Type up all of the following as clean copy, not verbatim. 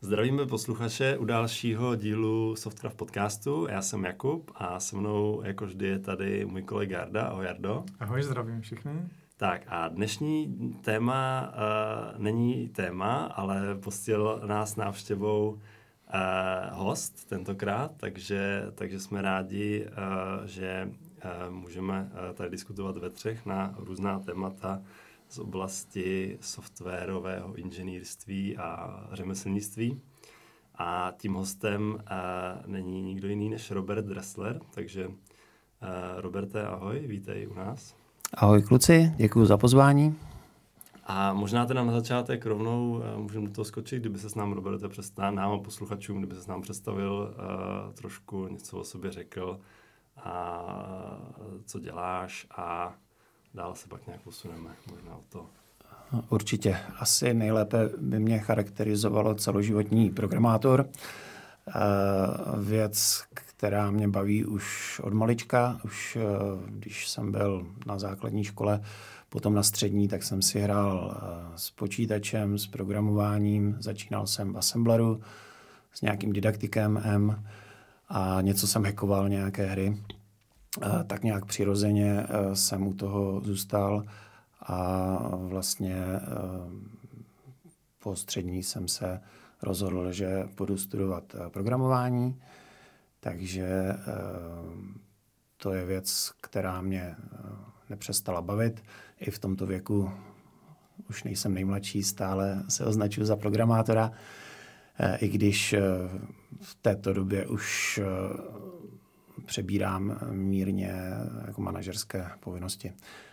Zdravíme posluchače u dalšího dílu Softcraft podcastu. Já jsem Jakub a se mnou jako vždy je tady můj kolega Jarda. Ahoj Jardo. Ahoj, zdravím všechny. Tak a dnešní téma není téma, ale postil nás návštěvou host tentokrát, takže jsme rádi, že můžeme tady diskutovat ve třech na různá témata z oblasti softwarového inženýrství a řemeslnictví. A tím hostem není nikdo jiný než Robert Dressler, takže Roberte, ahoj, vítej u nás. Ahoj kluci, děkuji za pozvání. A možná teda na začátek rovnou můžeme do toho skočit, kdyby se s nám, Roberte, nám a posluchačům, kdyby se s nám představil, trošku něco o sobě řekl a co děláš a dál se pak nějak posuneme možná o to. Určitě. Asi nejlépe by mě charakterizovalo celoživotní programátor. Věc, která mě baví už od malička. Už když jsem byl na základní škole, potom na střední, tak jsem si hrál s počítačem, s programováním. Začínal jsem v Assembleru s nějakým didaktikem M a něco jsem hackoval, nějaké hry. Tak nějak přirozeně jsem u toho zůstal a vlastně po střední jsem se rozhodl, že budu studovat programování, takže to je věc, která mě nepřestala bavit. I v tomto věku už nejsem nejmladší, stále se označuji za programátora, i když v této době už přebírám mírně jako manažerské povinnosti.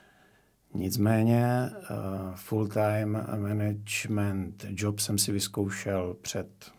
Nicméně full-time management job jsem si vyzkoušel před,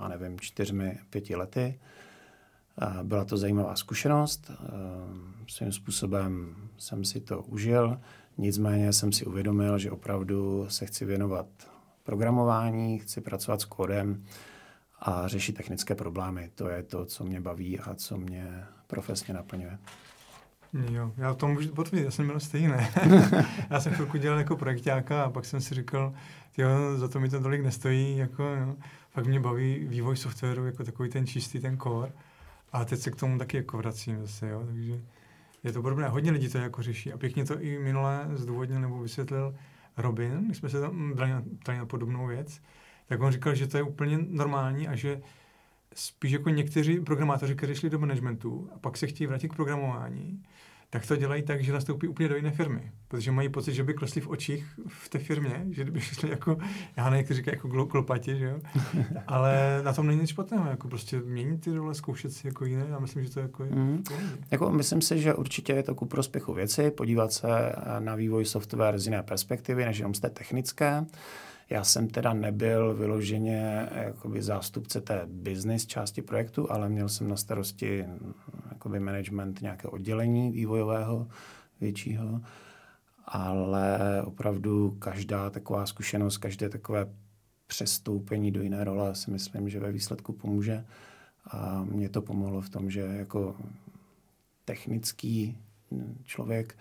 4-5 lety. Byla to zajímavá zkušenost. Svým způsobem jsem si to užil. Nicméně jsem si uvědomil, že opravdu se chci věnovat programování, chci pracovat s kódem a řešit technické problémy. To je to, co mě baví a co mě profesně naplňuje. Jo, já to můžu potvrdit, já jsem měl stejné. Já jsem chvilku dělal jako projekťáka a pak jsem si říkal, za to mi to tolik nestojí, fakt mě baví vývoj softwaru, jako takový ten čistý, ten core. A teď se k tomu taky jako vracím zase, jo, takže je to podobné. Hodně lidí to jako řeší a pěkně to i minule zdůvodnil nebo vysvětlil Robin, když jsme se tam dali na podobnou věc, tak on říkal, že to je úplně normální a že spíš jako někteří programátoři, kteří šli do managementu a pak se chtějí vrátit k programování, tak to dělají tak, že nastoupí úplně do jiné firmy, protože mají pocit, že by klesli v očích v té firmě, že kdyby šli jako, já nevím, jak to říká, jako klopati, že jo, ale na tom není nic špatného, jako prostě měnit ty role, zkoušet si jako jiné, já myslím, že to jako je. Jako myslím si, že určitě je to ku prospěchu věci, podívat se na vývoj software z jiné perspektivy, než jenom z té technické. Já jsem teda nebyl vyloženě jakoby zástupce té business části projektu, ale měl jsem na starosti jakoby management nějakého oddělení vývojového většího, ale opravdu každá taková zkušenost, každé takové přestoupení do jiné role si myslím, že ve výsledku pomůže a mě to pomohlo v tom, že jako technický člověk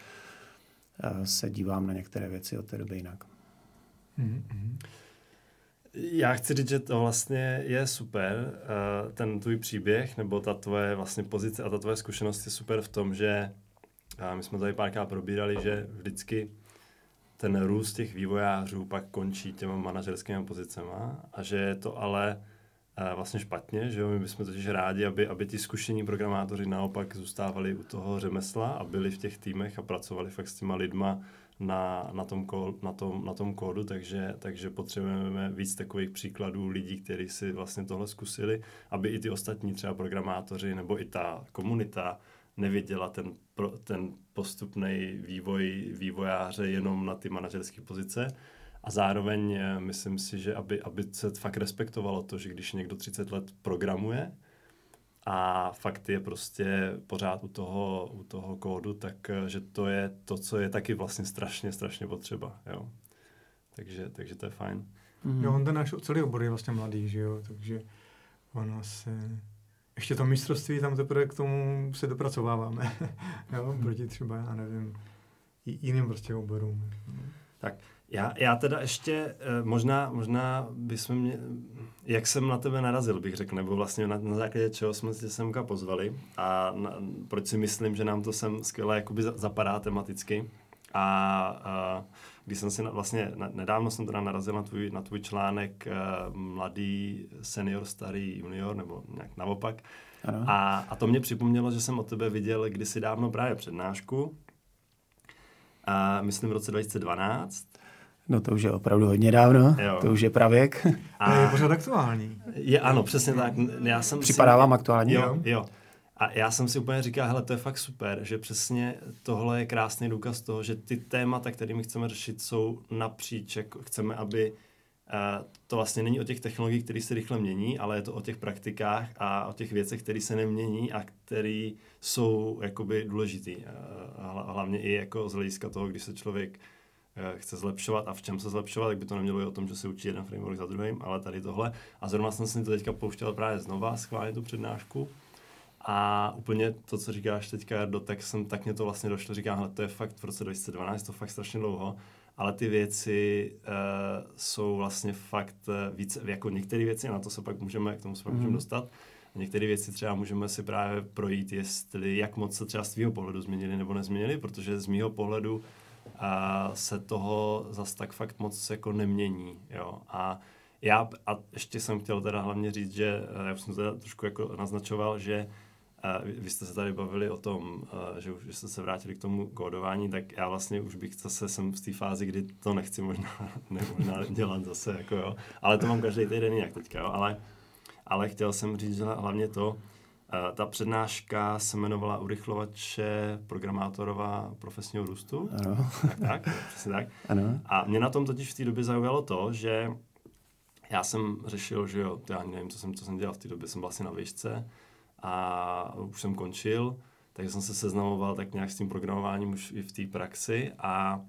se dívám na některé věci od té doby jinak. Já chci říct, že to vlastně je super, ten tvůj příběh, nebo ta tvoje vlastně pozice a ta tvoje zkušenost je super v tom, že my jsme tady párkrát probírali, že vždycky ten růst těch vývojářů pak končí těma manažerskými pozicema a že je to ale vlastně špatně, že jo? My bychom totiž rádi, aby ti zkušení programátoři naopak zůstávali u toho řemesla a byli v těch týmech a pracovali fakt s těma lidma na tom kódu, takže potřebujeme víc takových příkladů lidí, kteří si vlastně tohle zkusili, aby i ty ostatní třeba programátoři nebo i ta komunita neviděla ten postupný vývoj vývojáře jenom na ty manažerské pozice. A zároveň myslím si, že aby se fakt respektovalo to, že když někdo 30 let programuje a fakt je prostě pořád u toho kódu, takže to je to, co je taky vlastně strašně potřeba, jo. Takže to je fajn. Jo, on ten náš celý obor je vlastně mladý, že jo, takže ono se... Ještě to mistrovství, tam teprve k tomu se dopracováváme, jo, proti třeba, já nevím, jiným prostě oborům. Tak, já teda ještě, možná bychom Jak jsem na tebe narazil, bych řekl, nebo vlastně na základě čeho jsme tě semka pozvali a proč si myslím, že nám to sem skvěle jakoby zapadá tematicky. A když jsem si nedávno jsem teda narazil na tvůj článek Mladý, senior, starý, junior, nebo nějak naopak. A to mě připomnělo, že jsem od tebe viděl kdysi dávno právě přednášku, myslím v roce 2012. No to už je opravdu hodně dávno, to už je pravěk. A je pořád aktuální. Ano, přesně tak. Připadá vám aktuální? Jo. A já jsem si úplně říkal, hele, to je fakt super, že přesně tohle je krásný důkaz toho, že ty témata, kterými chceme řešit, jsou napříč. Chceme, aby to vlastně není o těch technologiích, které se rychle mění, ale je to o těch praktikách a o těch věcech, které se nemění a které jsou jakoby důležitý. Hlavně i jako z hlediska toho, když se člověk chce zlepšovat a v čem se zlepšovat, tak by to nemělo být o tom, že se učí jeden framework za druhým, ale tady tohle. A zrovna jsem si to teďka pouštěl právě znova, schválně tu přednášku. A úplně to, co říkáš teďka, Jardo, tak mě to vlastně došlo. Říkám, hele, to je fakt v roce 2012, to fakt strašně dlouho, ale ty věci jsou vlastně fakt více, jako některé věci, na to se pak můžeme, k tomu se pak můžeme dostat. Některé věci třeba můžeme si právě projít, jestli jak moc se třeba z tvýho pohledu změnili nebo nezměnili, protože z mýho pohledu se toho zas tak fakt moc jako nemění, jo. A ještě jsem chtěl teda hlavně říct, že já už jsem teda trošku jako naznačoval, že vy jste se tady bavili o tom, že už jste se vrátili k tomu kódování, tak já vlastně už bych zase jsem v té fázi, kdy to nechci možná dělat zase, jako jo. Ale to mám každý týden nějak teďka, jo. Ale chtěl jsem říct, že hlavně to, ta přednáška se jmenovala Urychlovače programátorova profesního růstu. Ano. Tak, přesně tak. Ano. A mě na tom totiž v té době zaujalo to, že já jsem řešil, že jo, já nevím, co jsem dělal v té době, jsem byl asi na výšce a už jsem končil, takže jsem se seznamoval tak nějak s tím programováním už i v té praxi a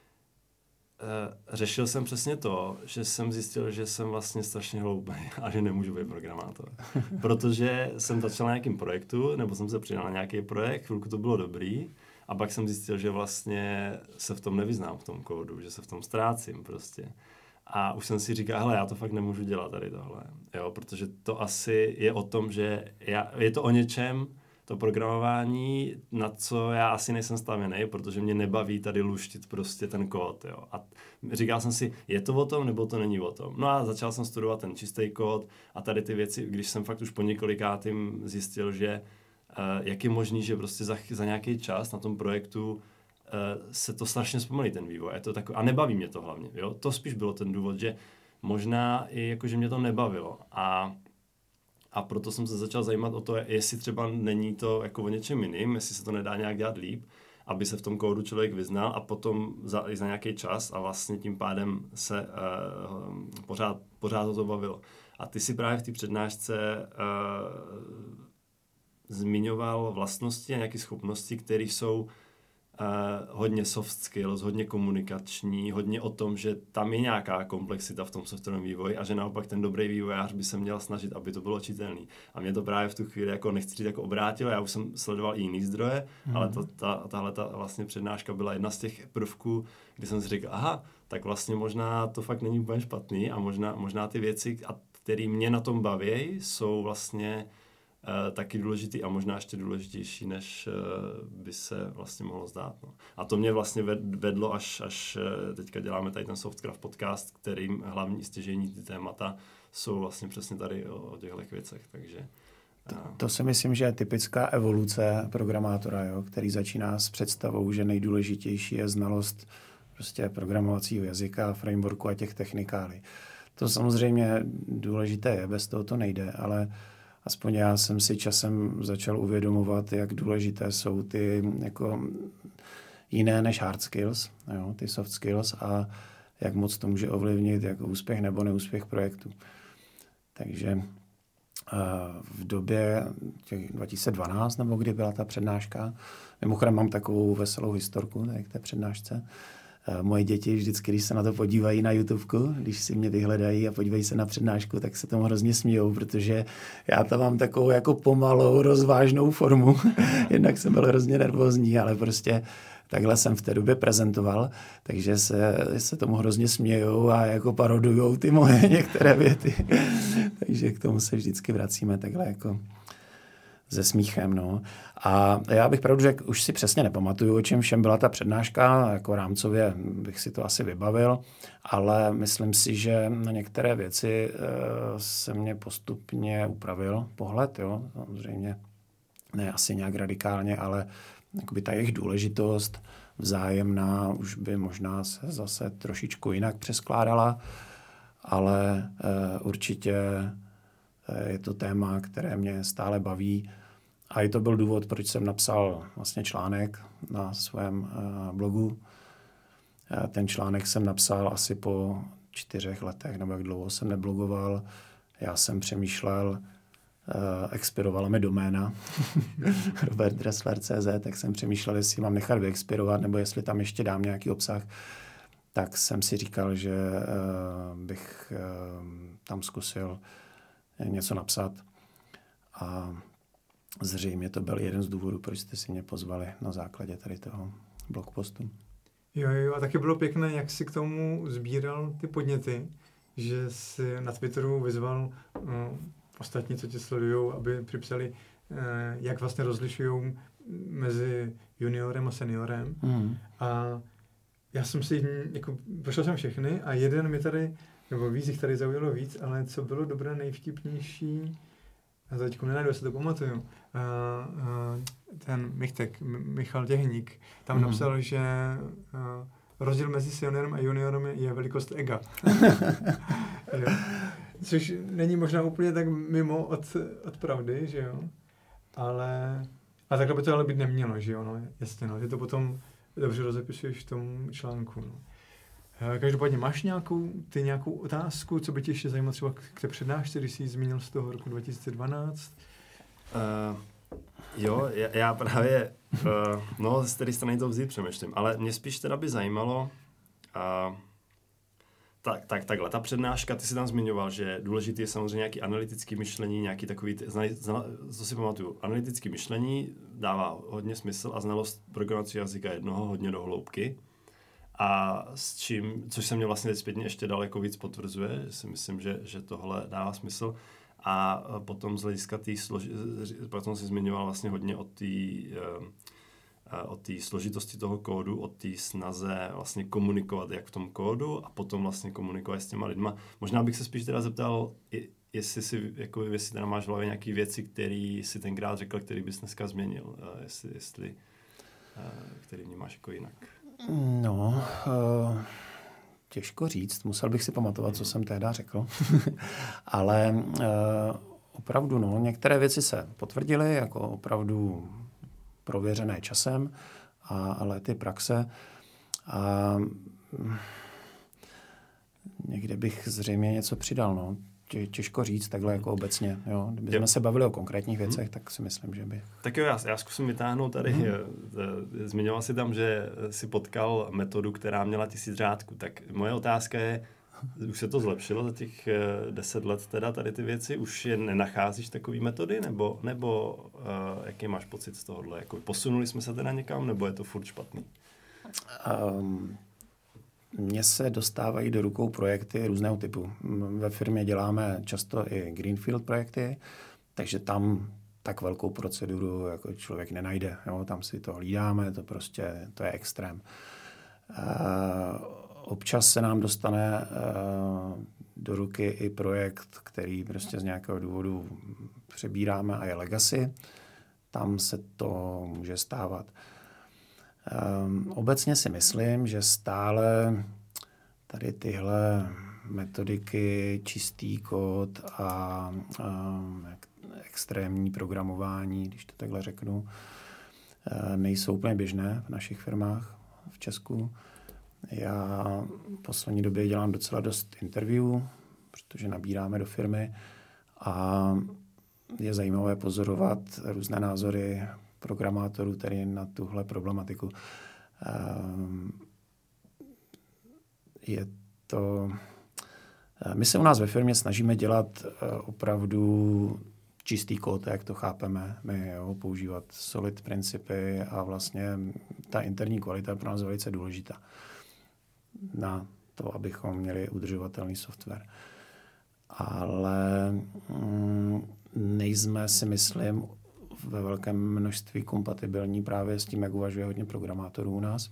řešil jsem přesně to, že jsem zjistil, že jsem vlastně strašně hloupý a že nemůžu být programátor. Protože jsem začal na nějakým projektu, nebo jsem se přidal na nějaký projekt, chvilku to bylo dobrý, a pak jsem zjistil, že vlastně se v tom nevyznám v tom kódu, že se v tom ztrácím prostě. A už jsem si říkal, hele, já to fakt nemůžu dělat tady tohle, jo, protože to asi je o tom, že je to o něčem, to programování, na co já asi nejsem stavěný, protože mě nebaví tady luštit prostě ten kód, jo. A říkal jsem si, je to o tom, nebo to není o tom. No a začal jsem studovat ten čistý kód a tady ty věci, když jsem fakt už po několikátým zjistil, že jak je možný, že prostě za nějaký čas na tom projektu se to strašně zpomalí ten vývoj. Je to a nebaví mě to hlavně, jo. To spíš bylo ten důvod, že možná i jako, že mě to nebavilo a proto jsem se začal zajímat o to, jestli třeba není to jako o něčem jiným, jestli se to nedá nějak dělat líp, aby se v tom kódu člověk vyznal a potom za nějaký čas a vlastně tím pádem se pořád to bavilo. A ty si právě v té přednášce zmiňoval vlastnosti a nějaké schopnosti, které jsou hodně soft skills, hodně komunikační, hodně o tom, že tam je nějaká komplexita v tom softwarovém vývoji a že naopak ten dobrý vývojář by se měl snažit, aby to bylo čitelný. A mě to právě v tu chvíli jako nechci říct jako obrátilo, já už jsem sledoval i jiný zdroje, ale tahle vlastně přednáška byla jedna z těch prvků, kdy jsem si řekl, aha, tak vlastně možná to fakt není úplně špatný a možná ty věci, které mě na tom baví, jsou vlastně taky důležitý a možná ještě důležitější, než by se vlastně mohlo zdát. No. A to mě vlastně vedlo, až teďka děláme tady ten Softcraft podcast, kterým hlavní stěžejní ty témata jsou vlastně přesně tady o těchto věcech. Takže, to si myslím, že je typická evoluce programátora, jo, který začíná s představou, že nejdůležitější je znalost prostě programovacího jazyka, frameworku a těch technikálí. To samozřejmě důležité je, bez toho to nejde, ale aspoň já jsem si časem začal uvědomovat, jak důležité jsou ty jako jiné než hard skills, jo, ty soft skills a jak moc to může ovlivnit jako úspěch nebo neúspěch projektu. Takže v době 2012, nebo kdy byla ta přednáška, mimochodem mám takovou veselou historku tady k té přednášce. Moje děti vždycky, když se na to podívají na YouTubeku, když si mě vyhledají a podívají se na přednášku, tak se tomu hrozně smějou, protože já tam mám takovou jako pomalou, rozvážnou formu. Jednak jsem byl hrozně nervózní, ale prostě takhle jsem v té době prezentoval, takže se tomu hrozně smějou a jako parodujou ty moje některé věty. Takže k tomu se vždycky vracíme takhle jako se smíchem, no. A já bych pravdu řekl, už si přesně nepamatuju, o čem všem byla ta přednáška, jako rámcově bych si to asi vybavil, ale myslím si, že na některé věci se mě postupně upravil pohled, jo, samozřejmě ne asi nějak radikálně, ale jakoby ta jejich důležitost vzájemná už by možná se zase trošičku jinak přeskládala, ale určitě je to téma, které mě stále baví. A i to byl důvod, proč jsem napsal vlastně článek na svém blogu. Ten článek jsem napsal asi po 4 letech, nebo jak dlouho jsem neblogoval. Já jsem přemýšlel, expirovala mi doména robertdressler.cz, tak jsem přemýšlel, jestli mám nechat vyexpirovat, nebo jestli tam ještě dám nějaký obsah. Tak jsem si říkal, že bych tam zkusil něco napsat. A zřejmě to byl jeden z důvodů, proč jste si mě pozvali na základě tady toho blogpostu. Jo, a taky bylo pěkné, jak si k tomu sbíral ty podněty, že si na Twitteru vyzval ostatní, co tě sledujou, aby připsali, jak vlastně rozlišují mezi juniorem a seniorem. A já jsem si, jako, prošel jsem všechny a jeden mi tady, nebo víc jich tady zaujalo víc, ale co bylo dobré, nejvtipnější, a teďku nenajdu, já se to pamatuju, ten Michal Těhník, tam napsal, že rozdíl mezi seniorem a juniorem je velikost ega. Což není možná úplně tak mimo od pravdy, že jo, ale takhle by to ale být nemělo, že jo, no, jasně, no, ty to potom dobře rozepisuješ v tom článku, no. Každopádně máš nějakou otázku, co by tě ještě zajímalo třeba k té přednášce, když jsi ji zmínil z toho roku 2012? Jo, já právě, z té strany to vzít přemýšlím, ale mě spíš teda by zajímalo, takhle, ta přednáška, ty jsi tam zmiňoval, že důležité je samozřejmě nějaký analytický myšlení, nějaký takový, co si pamatuju, analytický myšlení dává hodně smysl a znalost programovacího jazyka jednoho hodně do hloubky. A s čím, což se mě vlastně teď zpětně ještě daleko víc potvrzuje, že si myslím, že tohle dává smysl. A potom z hlediska potom si zmiňoval vlastně hodně o té složitosti toho kódu, o té snaze vlastně komunikovat jak v tom kódu a potom vlastně komunikovat s těma lidma. Možná bych se spíš teda zeptal, jestli teda máš v hlavě nějaké věci, které si tenkrát řekl, který bys dneska změnil, jestli který vnímáš jako jinak. No, těžko říct. Musel bych si pamatovat, co jsem tehdy řekl. Ale opravdu, no, některé věci se potvrdily, jako opravdu prověřené časem a lety praxe. A někde bych zřejmě něco přidal, no. Těžko říct takhle jako obecně. Jo. Kdybychom se bavili o konkrétních věcech, tak si myslím, že by... Tak jo, já zkusím vytáhnout tady. Zmiňoval jsi tam, že si potkal metodu, která měla 1000 řádků. Tak moje otázka je, už se to zlepšilo za těch 10 let teda tady ty věci? Už je nenacházíš takový metody? Nebo jaký máš pocit z tohohle? Jako, posunuli jsme se teda někam, nebo je to furt špatný? Mně se dostávají do rukou projekty různého typu. Ve firmě děláme často i greenfield projekty, takže tam tak velkou proceduru jako člověk nenajde. Jo? Tam si to hlídáme, to je extrém. Občas se nám dostane do ruky i projekt, který prostě z nějakého důvodu přebíráme a je legacy. Tam se to může stávat. Obecně si myslím, že stále tady tyhle metodiky, čistý kód a extrémní programování, když to takhle řeknu, nejsou úplně běžné v našich firmách v Česku. Já v poslední době dělám docela dost interview, protože nabíráme do firmy a je zajímavé pozorovat různé názory programátorů tady na tuhle problematiku. My se u nás ve firmě snažíme dělat opravdu čistý kód, jak to chápeme my, jo, používat solid principy a vlastně ta interní kvalita je pro nás velice důležitá na to, abychom měli udržovatelný software. Ale nejsme, si myslím, ve velkém množství kompatibilní právě s tím, jak uvažuje hodně programátorů u nás.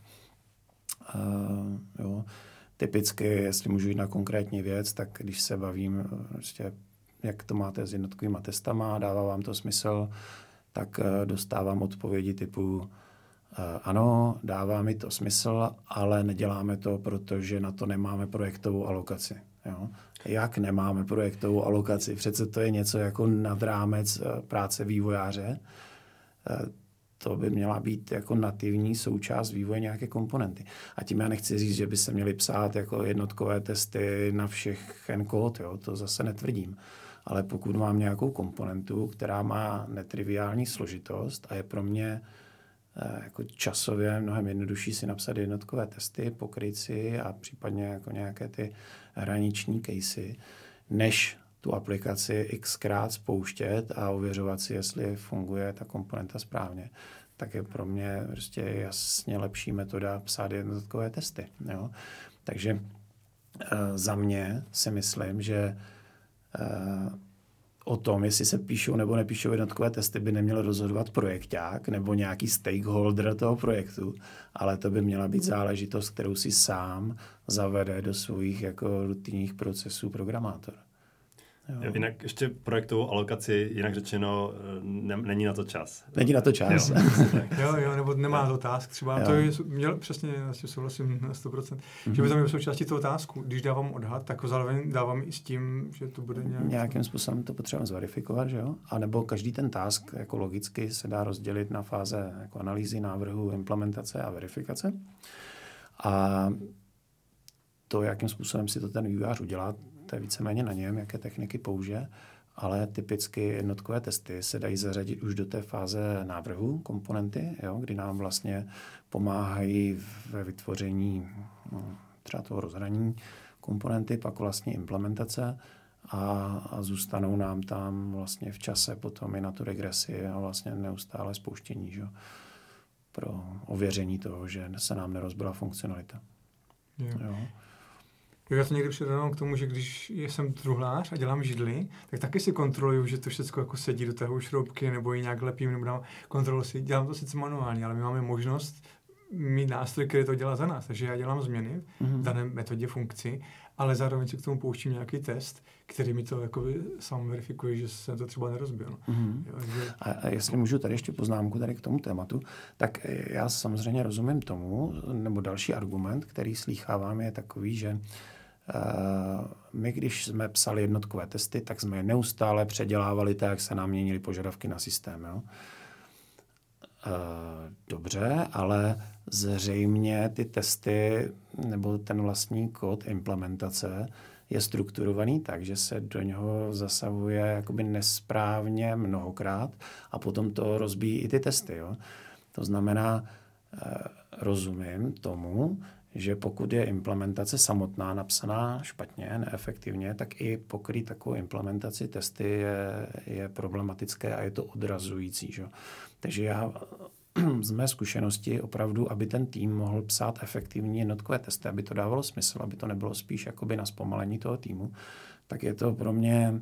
Jo. Typicky, jestli můžu jít na konkrétní věc, tak když se bavím, prostě, jak to máte s jednotkovýma testama, dává vám to smysl, tak dostávám odpovědi typu ano, dává mi to smysl, ale neděláme to, protože na to nemáme projektovou alokaci. Jo. Jak nemáme projektovou alokaci? Přece to je něco jako nad rámec práce vývojáře. To by měla být jako nativní součást vývoje nějaké komponenty. A tím já nechci říct, že by se měly psát jako jednotkové testy na všechen kód, jo? To zase netvrdím. Ale pokud mám nějakou komponentu, která má netriviální složitost a je pro mě jako časově mnohem jednodušší si napsat jednotkové testy, pokryt si a případně jako nějaké ty hraniční casey, než tu aplikaci xkrát spouštět a ověřovat si, jestli funguje ta komponenta správně, tak je pro mě prostě jasně lepší metoda psát jednotkové testy. Jo? Takže za mě si myslím, že o tom, jestli se píšou nebo nepíšou jednotkové testy, by neměl rozhodovat projekták nebo nějaký stakeholder toho projektu, ale to by měla být záležitost, kterou si sám zavede do svých jako rutinních procesů programátor. Jo. Jinak ještě projektovou alokaci, jinak řečeno, není na to čas. Není na to čas. Jo, nebo nemá to task. Třeba to je, přesně, vlastně souhlasím na 100%, že by tam měl součástí toho tasku. Když dávám odhad, tak ho zároveň dávám i s tím, že to bude nějakým způsobem to potřebujeme zverifikovat, že jo? A nebo každý ten task jako logicky se dá rozdělit na fáze jako analýzy, návrhu, implementace a verifikace. A to, jakým způsobem si to ten vývojář udělá, to je víceméně na něm, jaké techniky použije, ale typicky jednotkové testy se dají zařadit už do té fáze návrhu komponenty, jo, kdy nám vlastně pomáhají ve vytvoření třeba toho rozhraní komponenty, pak vlastně implementace a zůstanou nám tam vlastně v čase potom i na tu regresi a vlastně neustále spouštění, že, pro ověření toho, že se nám nerozbila funkcionalita. Jo. Já to někdy předávám k tomu, že když jsem truhlář a dělám židli, tak taky si kontroluju, že to všechno jako sedí do té šroubky nebo ji nějak lepím, nebo dám kontrolu si. Dělám to sice manuálně, ale my máme možnost mít nástroj, který to dělá za nás. Takže já dělám změny v dané metodě funkci, ale zároveň si k tomu pouštím nějaký test, který mi to jako sám verifikuje, že jsem to třeba nerozbil. A jestli můžu tady ještě poznámku tady k tomu tématu, tak já samozřejmě rozumím tomu, nebo další argument, který slýchávám, je takový, že my, když jsme psali jednotkové testy, tak jsme je neustále předělávali tak, jak se nám měnily požadavky na systém. Jo? Dobře, ale zřejmě ty testy nebo ten vlastní kód implementace je strukturovaný tak, že se do něho zasahuje jakoby nesprávně mnohokrát a potom to rozbíjí i ty testy. Jo? To znamená, rozumím tomu, že pokud je implementace samotná napsaná špatně, neefektivně, tak i pokrýt takovou implementaci testy je problematické a je to odrazující. Že? Takže já z mé zkušenosti opravdu, aby ten tým mohl psát efektivní jednotkové testy, aby to dávalo smysl, aby to nebylo spíš jakoby na zpomalení toho týmu, tak je to pro mě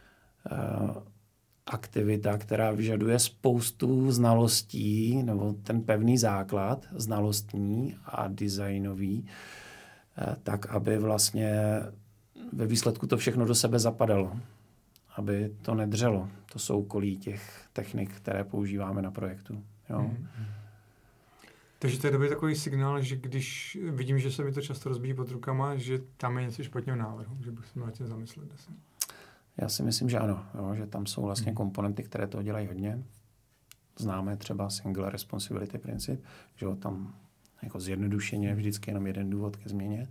aktivita, která vyžaduje spoustu znalostí, nebo ten pevný základ znalostní a designový, tak, aby vlastně ve výsledku to všechno do sebe zapadalo, aby to nedřelo, to soukolí těch technik, které používáme na projektu. Jo. Takže to je dobrý takový signál, že když vidím, že se mi to často rozbíjí pod rukama, že tam je něco špatně v návrhu, že bych se měl tím zamyslet. Já si myslím, že ano, jo, že tam jsou vlastně komponenty, které to dělají hodně. Známe třeba single responsibility princip, že jo, tam jako zjednodušeně vždycky jenom jeden důvod ke změně.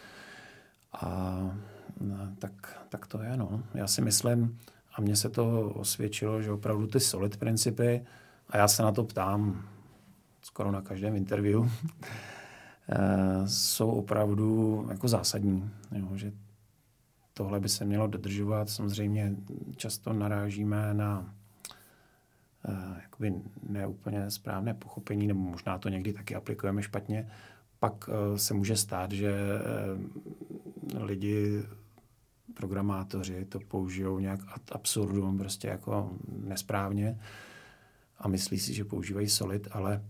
A tak to je, no. Já si myslím, a mně se to osvědčilo, že opravdu ty solid principy, a já se na to ptám skoro na každém interview, jsou opravdu jako zásadní, jo, že tohle by se mělo dodržovat. Samozřejmě často narážíme na jakoby neúplně správné pochopení, nebo možná to někdy taky aplikujeme špatně. Pak se může stát, že lidi, programátoři to použijou nějak ad absurdum, prostě jako nesprávně a myslí si, že používají Solid, ale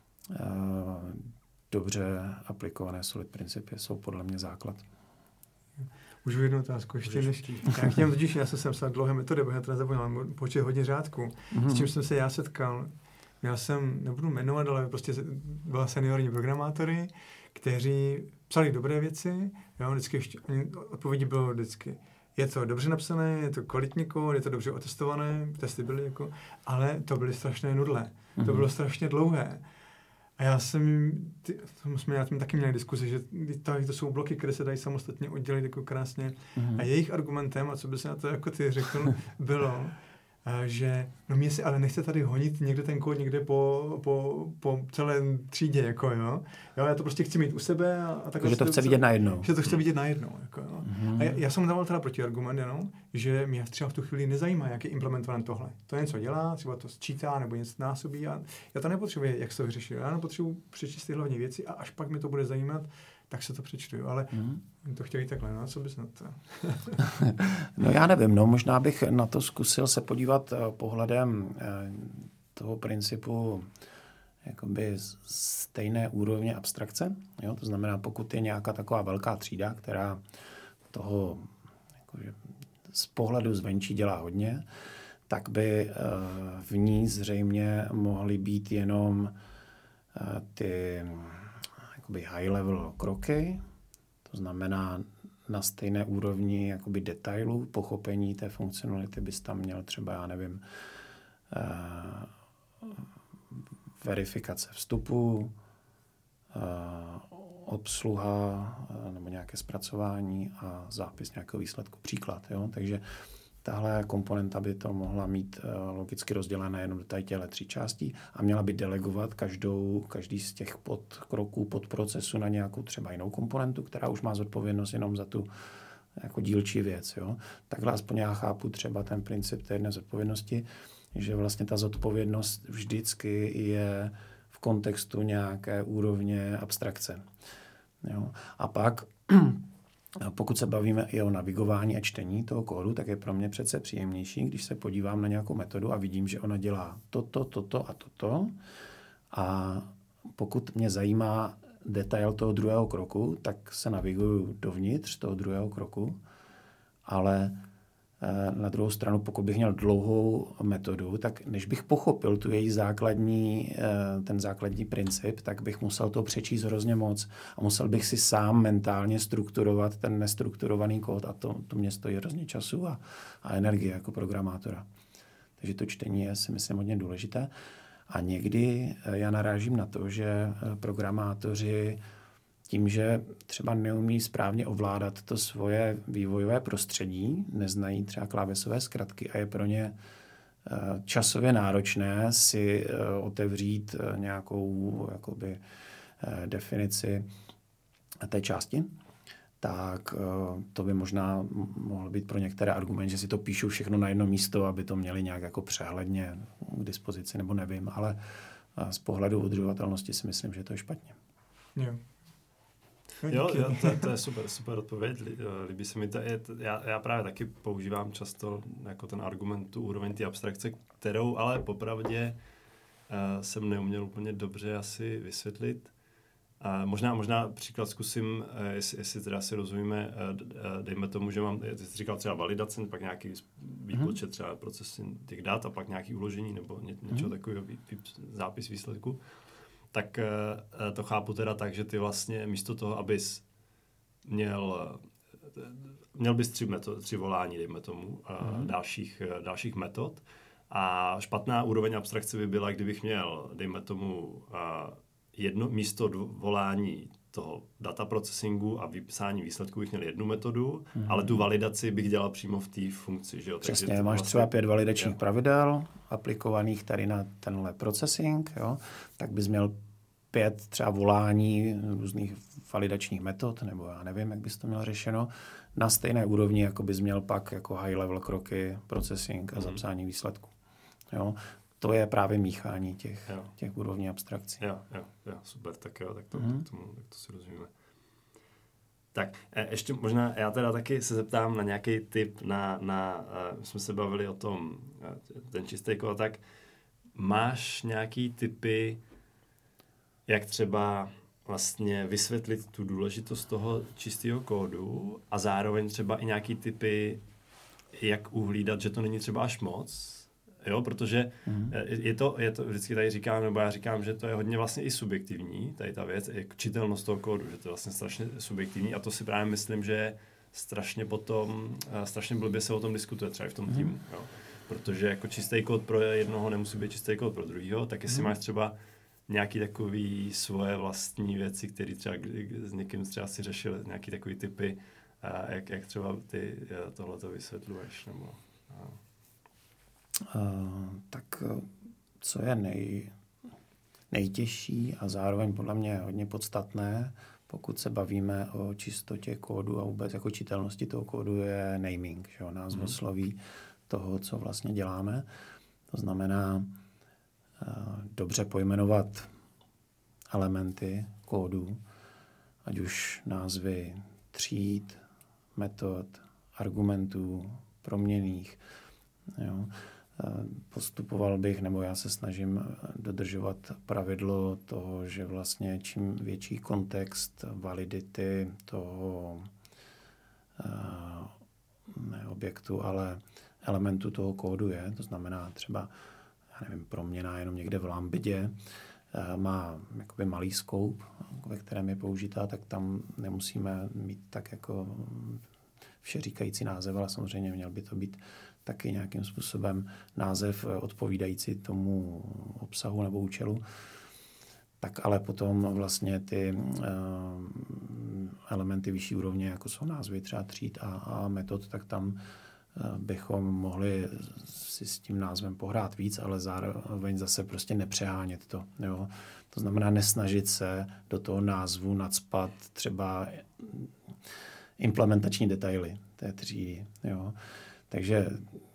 dobře aplikované Solid principy jsou podle mě základ. Můžu jednu otázku ještě, než já chtěl totiž, já jsem psal dlouhé metody, bo já to nezapomněl, mám počet hodně řádků. S čím jsem se já setkal, já jsem, nebudu jmenovat, ale prostě byla seniorní programátory, kteří psali dobré věci, jo, vždycky ještě, odpovědi bylo vždycky, je to dobře napsané, je to kvalitní kód, je to dobře otestované, testy byly jako, ale to byly strašné nudle, to bylo strašně dlouhé. A já jsem, já jsme taky měli diskuzi, že to jsou bloky, které se dají samostatně oddělit jako krásně. A jejich argumentem, a co by se na to jako ty řekl, bylo, že no mě si ale nechce tady honit někde ten kód někde po celé třídě, jako jo. Já to prostě chci mít u sebe a takhle. Že to chce vidět najednou. Že to chce vidět najednou, jako jo. A já jsem dával teda protiargument, jenom, že mě třeba v tu chvíli nezajímá, jak je implementované tohle. To něco dělá, třeba to sčítá nebo něco násobí a já to nepotřebuji, jak se to vyřeší. Já nepotřebuji přečíst ty hlavní věci a až pak mi to bude zajímat, tak se to přečtu, ale to chtěli takhle, no, co bys na to? No já nevím, no možná bych na to zkusil se podívat pohledem toho principu jakoby stejné úrovně abstrakce, jo? To znamená, pokud je nějaká taková velká třída, která toho jakože z pohledu zvenčí dělá hodně, tak by v ní zřejmě mohly být jenom ty jakoby high-level kroky, to znamená na stejné úrovni jakoby detailů, pochopení té funkcionality bys tam měl třeba, já nevím, verifikace vstupu, obsluha nebo nějaké zpracování a zápis nějakého výsledku, příklad. Jo? Takže tahle komponenta by to mohla mít logicky rozdělené jenom do těchto 3 částí a měla by delegovat každý z těch podkroků, podprocesu na nějakou třeba jinou komponentu, která už má zodpovědnost jenom za tu jako dílčí věc. Jo? Takhle aspoň já chápu třeba ten princip té jedné zodpovědnosti, že vlastně ta zodpovědnost vždycky je v kontextu nějaké úrovně abstrakce. Jo? A pak pokud se bavíme i o navigování a čtení toho kódu, tak je pro mě přece příjemnější, když se podívám na nějakou metodu a vidím, že ona dělá toto a toto. A pokud mě zajímá detail toho druhého kroku, tak se naviguju dovnitř toho druhého kroku. Ale na druhou stranu, pokud bych měl dlouhou metodu, tak než bych pochopil tu její ten základní princip, tak bych musel to přečíst hrozně moc a musel bych si sám mentálně strukturovat ten nestrukturovaný kód a to mě stojí hrozně času a energie jako programátora. Takže to čtení je, si myslím, hodně důležité. A někdy já narážím na to, že programátoři tím, že třeba neumí správně ovládat to svoje vývojové prostředí, neznají třeba klávesové zkratky a je pro ně časově náročné si otevřít nějakou jakoby, definici té části, tak to by možná mohl být pro některé argument, že si to píšou všechno na jedno místo, aby to měli nějak jako přehledně k dispozici, nebo nevím, ale z pohledu udržovatelnosti si myslím, že to je špatně. Jo. Jo, to je super odpověď, líbí se mi to. Já právě taky používám často jako ten argument, tu úroveň té abstrakce, kterou ale popravdě jsem neuměl úplně dobře asi vysvětlit. Možná příklad zkusím, jestli teda si rozumíme, dejme tomu, že mám, ty jsi říkal třeba validace, pak nějaký výpočet třeba proces těch dat a pak nějaký uložení nebo něco takového, zápis výsledku. Tak to chápu teda tak, že ty vlastně místo toho, abys měl bys 3 volání, dejme tomu, dalších metod a špatná úroveň abstrakce by byla, kdybych měl, dejme tomu, místo volání toho data processingu a vypsání výsledků bych měl 1 metodu, ale tu validaci bych dělal přímo v té funkci. Že jo? Přesně, máš vlastně třeba 5 validačních pravidel aplikovaných tady na tenhle processing, jo? Tak bys měl 5 třeba volání různých validačních metod, nebo já nevím, jak bys to měl řešeno, na stejné úrovni, jako bys měl pak jako high level kroky, processing a zapsání výsledku. Jo? To je právě míchání těch úrovní abstrakcí. Jo, super, tak jo, tak to si rozumíme. Tak, ještě možná, já teda taky se zeptám na nějaký tip jsme se bavili o tom, ten čistý kód, tak máš nějaký tipy, jak třeba vlastně vysvětlit tu důležitost toho čistého kódu a zároveň třeba i nějaký tipy, jak uhlídat, že to není třeba až moc, jo, protože je to vždycky tady říkám, nebo já říkám, že to je hodně vlastně i subjektivní, tady ta věc, jako čitelnost toho kódu, že to je vlastně strašně subjektivní a to si právě myslím, že strašně blbě se o tom diskutuje třeba i v tom týmu, jo. Protože jako čistý kód pro jednoho nemusí být čistý kód pro druhého, tak jestli máš třeba nějaký takový svoje vlastní věci, které třeba s někým třeba si řešil, nějaký takový typy, jak třeba ty tohleto vysvětluješ, nebo... Tak co je nejtěžší a zároveň podle mě hodně podstatné, pokud se bavíme o čistotě kódu a vůbec jako čitelnosti toho kódu, je naming, že jo, názvosloví toho, co vlastně děláme. To znamená dobře pojmenovat elementy kódu, ať už názvy tříd, metod, argumentů, proměnných. Jo. Postupoval bych, nebo já se snažím dodržovat pravidlo toho, že vlastně čím větší kontext validity toho ne objektu, ale elementu toho kódu je, to znamená třeba, já nevím, proměna jenom někde v Lambdě, má jakoby malý scope, ve kterém je použitá, tak tam nemusíme mít tak jako všeříkající název, ale samozřejmě měl by to být taky nějakým způsobem název odpovídající tomu obsahu nebo účelu. Tak ale potom vlastně ty elementy vyšší úrovně, jako jsou názvy třeba tříd a metod, tak tam bychom mohli si s tím názvem pohrát víc, ale zároveň zase prostě nepřehánět to. Jo? To znamená nesnažit se do toho názvu nacpat třeba implementační detaily té třídy. Jo? Takže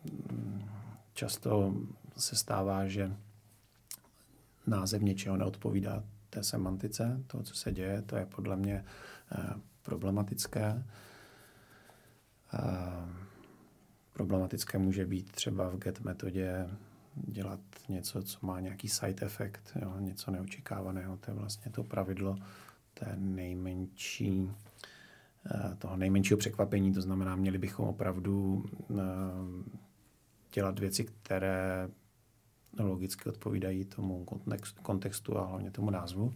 často se stává, že název něčeho neodpovídá té semantice, toho, co se děje, to je podle mě problematické. Problematické může být třeba v get metodě dělat něco, co má nějaký side effect, jo, něco neočekávaného, to je vlastně to pravidlo toho nejmenšího překvapení, to znamená, měli bychom opravdu dělat věci, které logicky odpovídají tomu kontextu a hlavně tomu názvu.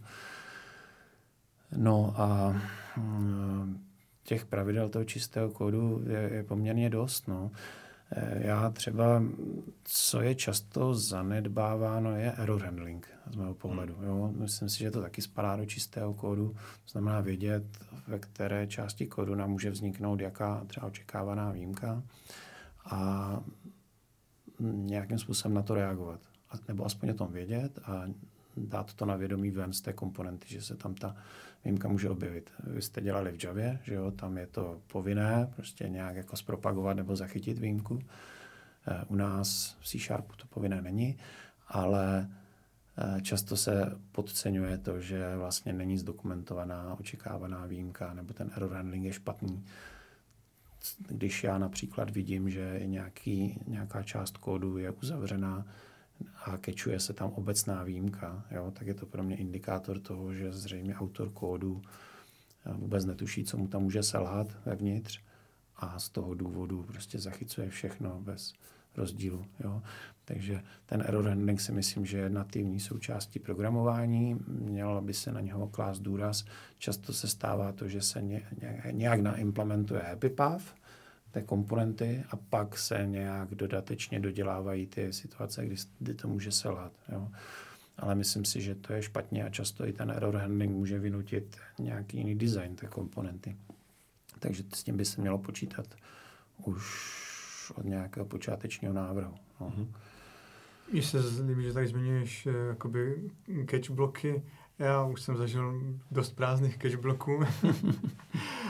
No a těch pravidel toho čistého kódu je poměrně dost. No. Já třeba, co je často zanedbáváno, je error handling z mého pohledu. Jo. Myslím si, že to taky spadá do čistého kódu. To znamená vědět, ve které části kódu nám může vzniknout jaká třeba očekávaná výjimka a nějakým způsobem na to reagovat. Nebo aspoň o tom vědět a dát to na vědomí ven z té komponenty, že se tam ta výjimka může objevit. Vy jste dělali v Javě, že jo, tam je to povinné, prostě nějak jako zpropagovat nebo zachytit výjimku. U nás v C# to povinné není, ale často se podceňuje to, že vlastně není zdokumentovaná očekávaná výjimka nebo ten error handling je špatný. Když já například vidím, že nějaká část kódu je uzavřená a kečuje se tam obecná výjimka, jo, tak je to pro mě indikátor toho, že zřejmě autor kódu vůbec netuší, co mu tam může selhat vevnitř a z toho důvodu prostě zachycuje všechno bez rozdílu. Jo. Takže ten error handling si myslím, že je nativní součástí programování, mělo by se na něho klást důraz. Často se stává to, že se nějak naimplementuje happy path, té komponenty a pak se nějak dodatečně dodělávají ty situace, kdy to může selhat. Jo. Ale myslím si, že to je špatně a často i ten error handling může vynutit nějaký jiný design té komponenty. Takže s tím by se mělo počítat už od nějakého počátečního návrhu. No. Mně se líbí, že tady zmiňuješ jakoby catch bloky. Já už jsem zažil dost prázdných catch bloků.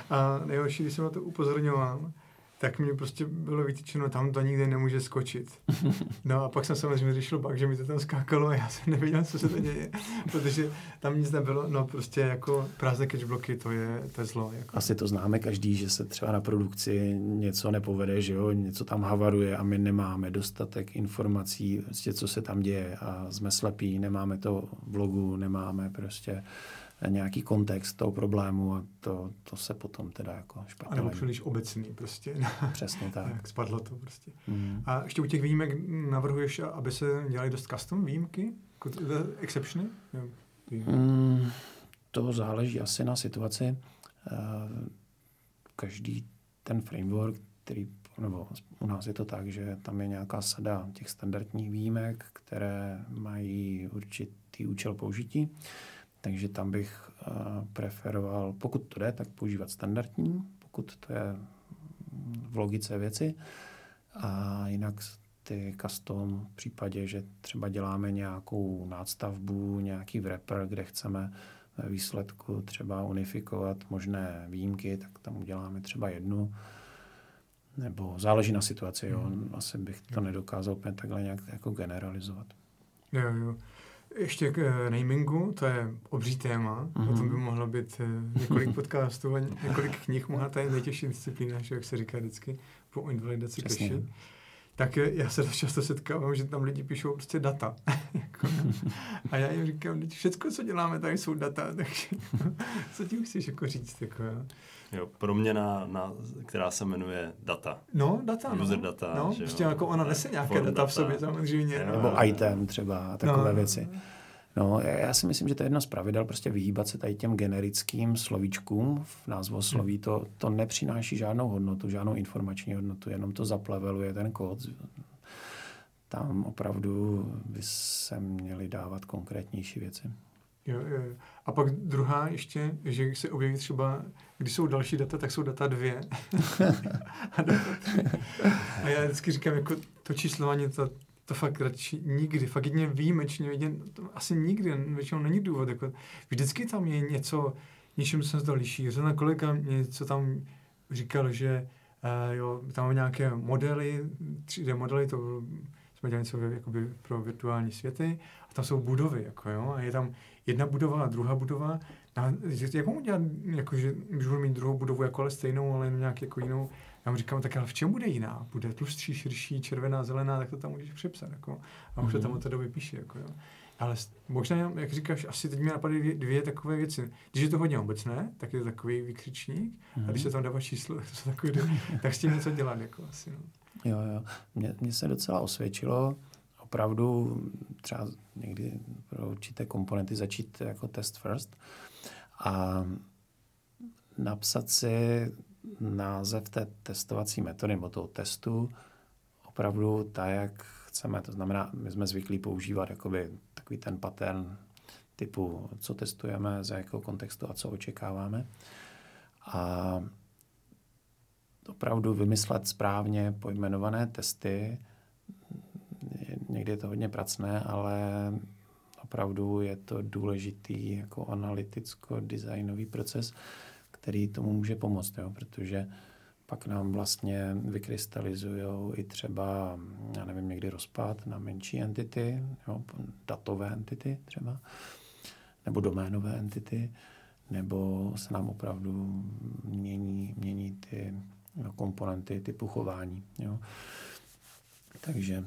A nejhorší, když jsem na to upozorňoval, tak mě prostě bylo vytyčeno, tam to nikdy nemůže skočit. No a pak jsem samozřejmě řešil bug, že mi to tam skákalo a já jsem nevěděl, co se to děje, protože tam nic nebylo, no prostě jako prázdné catchbloky, to je zlo. Jako. Asi to známe každý, že se třeba na produkci něco nepovede, že jo, něco tam havaruje a my nemáme dostatek informací, prostě co se tam děje a jsme slepí, nemáme to v logu, nemáme prostě nějaký kontext toho problému a to se potom teda jako špatně. A nebo příliš obecný prostě. Přesně tak. Tak spadlo to prostě. A ještě u těch výjimek navrhuješ, aby se dělali dost custom výjimky? Exceptiony? To záleží asi na situaci. Každý ten framework, nebo u nás je to tak, že tam je nějaká sada těch standardních výjimek, které mají určitý účel použití. Takže tam bych preferoval, pokud to jde, tak používat standardní, pokud to je v logice věci. A jinak ty custom v případě, že třeba děláme nějakou nástavbu, nějaký wrapper, kde chceme ve výsledku třeba unifikovat možné výjimky, tak tam uděláme třeba jednu. Nebo záleží na situaci, jo. Asi bych to nedokázal úplně takhle nějak jako generalizovat. Jo. Ještě k namingu, to je obří téma, o tom by mohlo být několik podcastů a několik knih, mohla tady nejtěžší disciplína, že jak se říká vždycky, po invalidaci cache. Tak já se často setkávám, že tam lidi píšou prostě data. A já jim říkám, všecko, co děláme, tady jsou data, takže co tím chceš jako říct? Jako, jo, proměna, která se jmenuje data. No, data. User data. No, že prostě jo, jako ona nese nějaké data v sobě samozřejmě. Nebo item třeba, takové věci. No, já si myslím, že to je jedno z pravidel, prostě vyhýbat se tady těm generickým slovíčkům v názvosloví, to nepřináší žádnou hodnotu, žádnou informační hodnotu, jenom to zapleveluje ten kód. Tam opravdu by se měly dávat konkrétnější věci. Jo. A pak druhá ještě, že se objeví třeba, když jsou další data, tak jsou data 2. A data 3. A já vždycky říkám, jako to číslování, to fakt radši nikdy, fakt jedině výjimečně, asi nikdy, většinou není důvod, jako vždycky tam je něco, něčím se to liší. Řada kolega něco tam říkal, že tam máme nějaké modely, 3D modely, to jsme dělali něco jakoby pro virtuální světy, a tam jsou budovy, jako jo, a je tam jedna budova a druhá budova, jak mám udělat, jakože můžu mít druhou budovu jako ale stejnou, ale jenom nějak jako jinou. Já mu říkám, tak ale v čem bude jiná? Bude tlustší, širší, červená, zelená, tak to tam můžeš přepsat, jako. A už se tam od té doby píše, jako jo. Ale možná, jak říkáš, asi teď mi napadaly dvě takové věci. Když je to hodně obecné, tak je to takový vykřičník, a když se tam dává číslo, tak to jsou takový, tak s tím něco dělat, jako asi, no. Jo. Mně se docela osvědčilo opravdu třeba někdy pro určité komponenty začít jako test first a napsat si název té testovací metody nebo toho testu opravdu tak, jak chceme. To znamená, my jsme zvyklí používat jakoby takový ten pattern typu, co testujeme, za jakého kontextu a co očekáváme. A opravdu vymyslet správně pojmenované testy. Někdy je to hodně pracné, ale opravdu je to důležitý jako analyticko-designový proces, který tomu může pomoct, jo? Protože pak nám vlastně vykrystalizují i třeba, já nevím, někdy rozpad na menší entity, jo? Datové entity třeba, nebo doménové entity, nebo se nám opravdu mění ty komponenty typu chování. Jo? Takže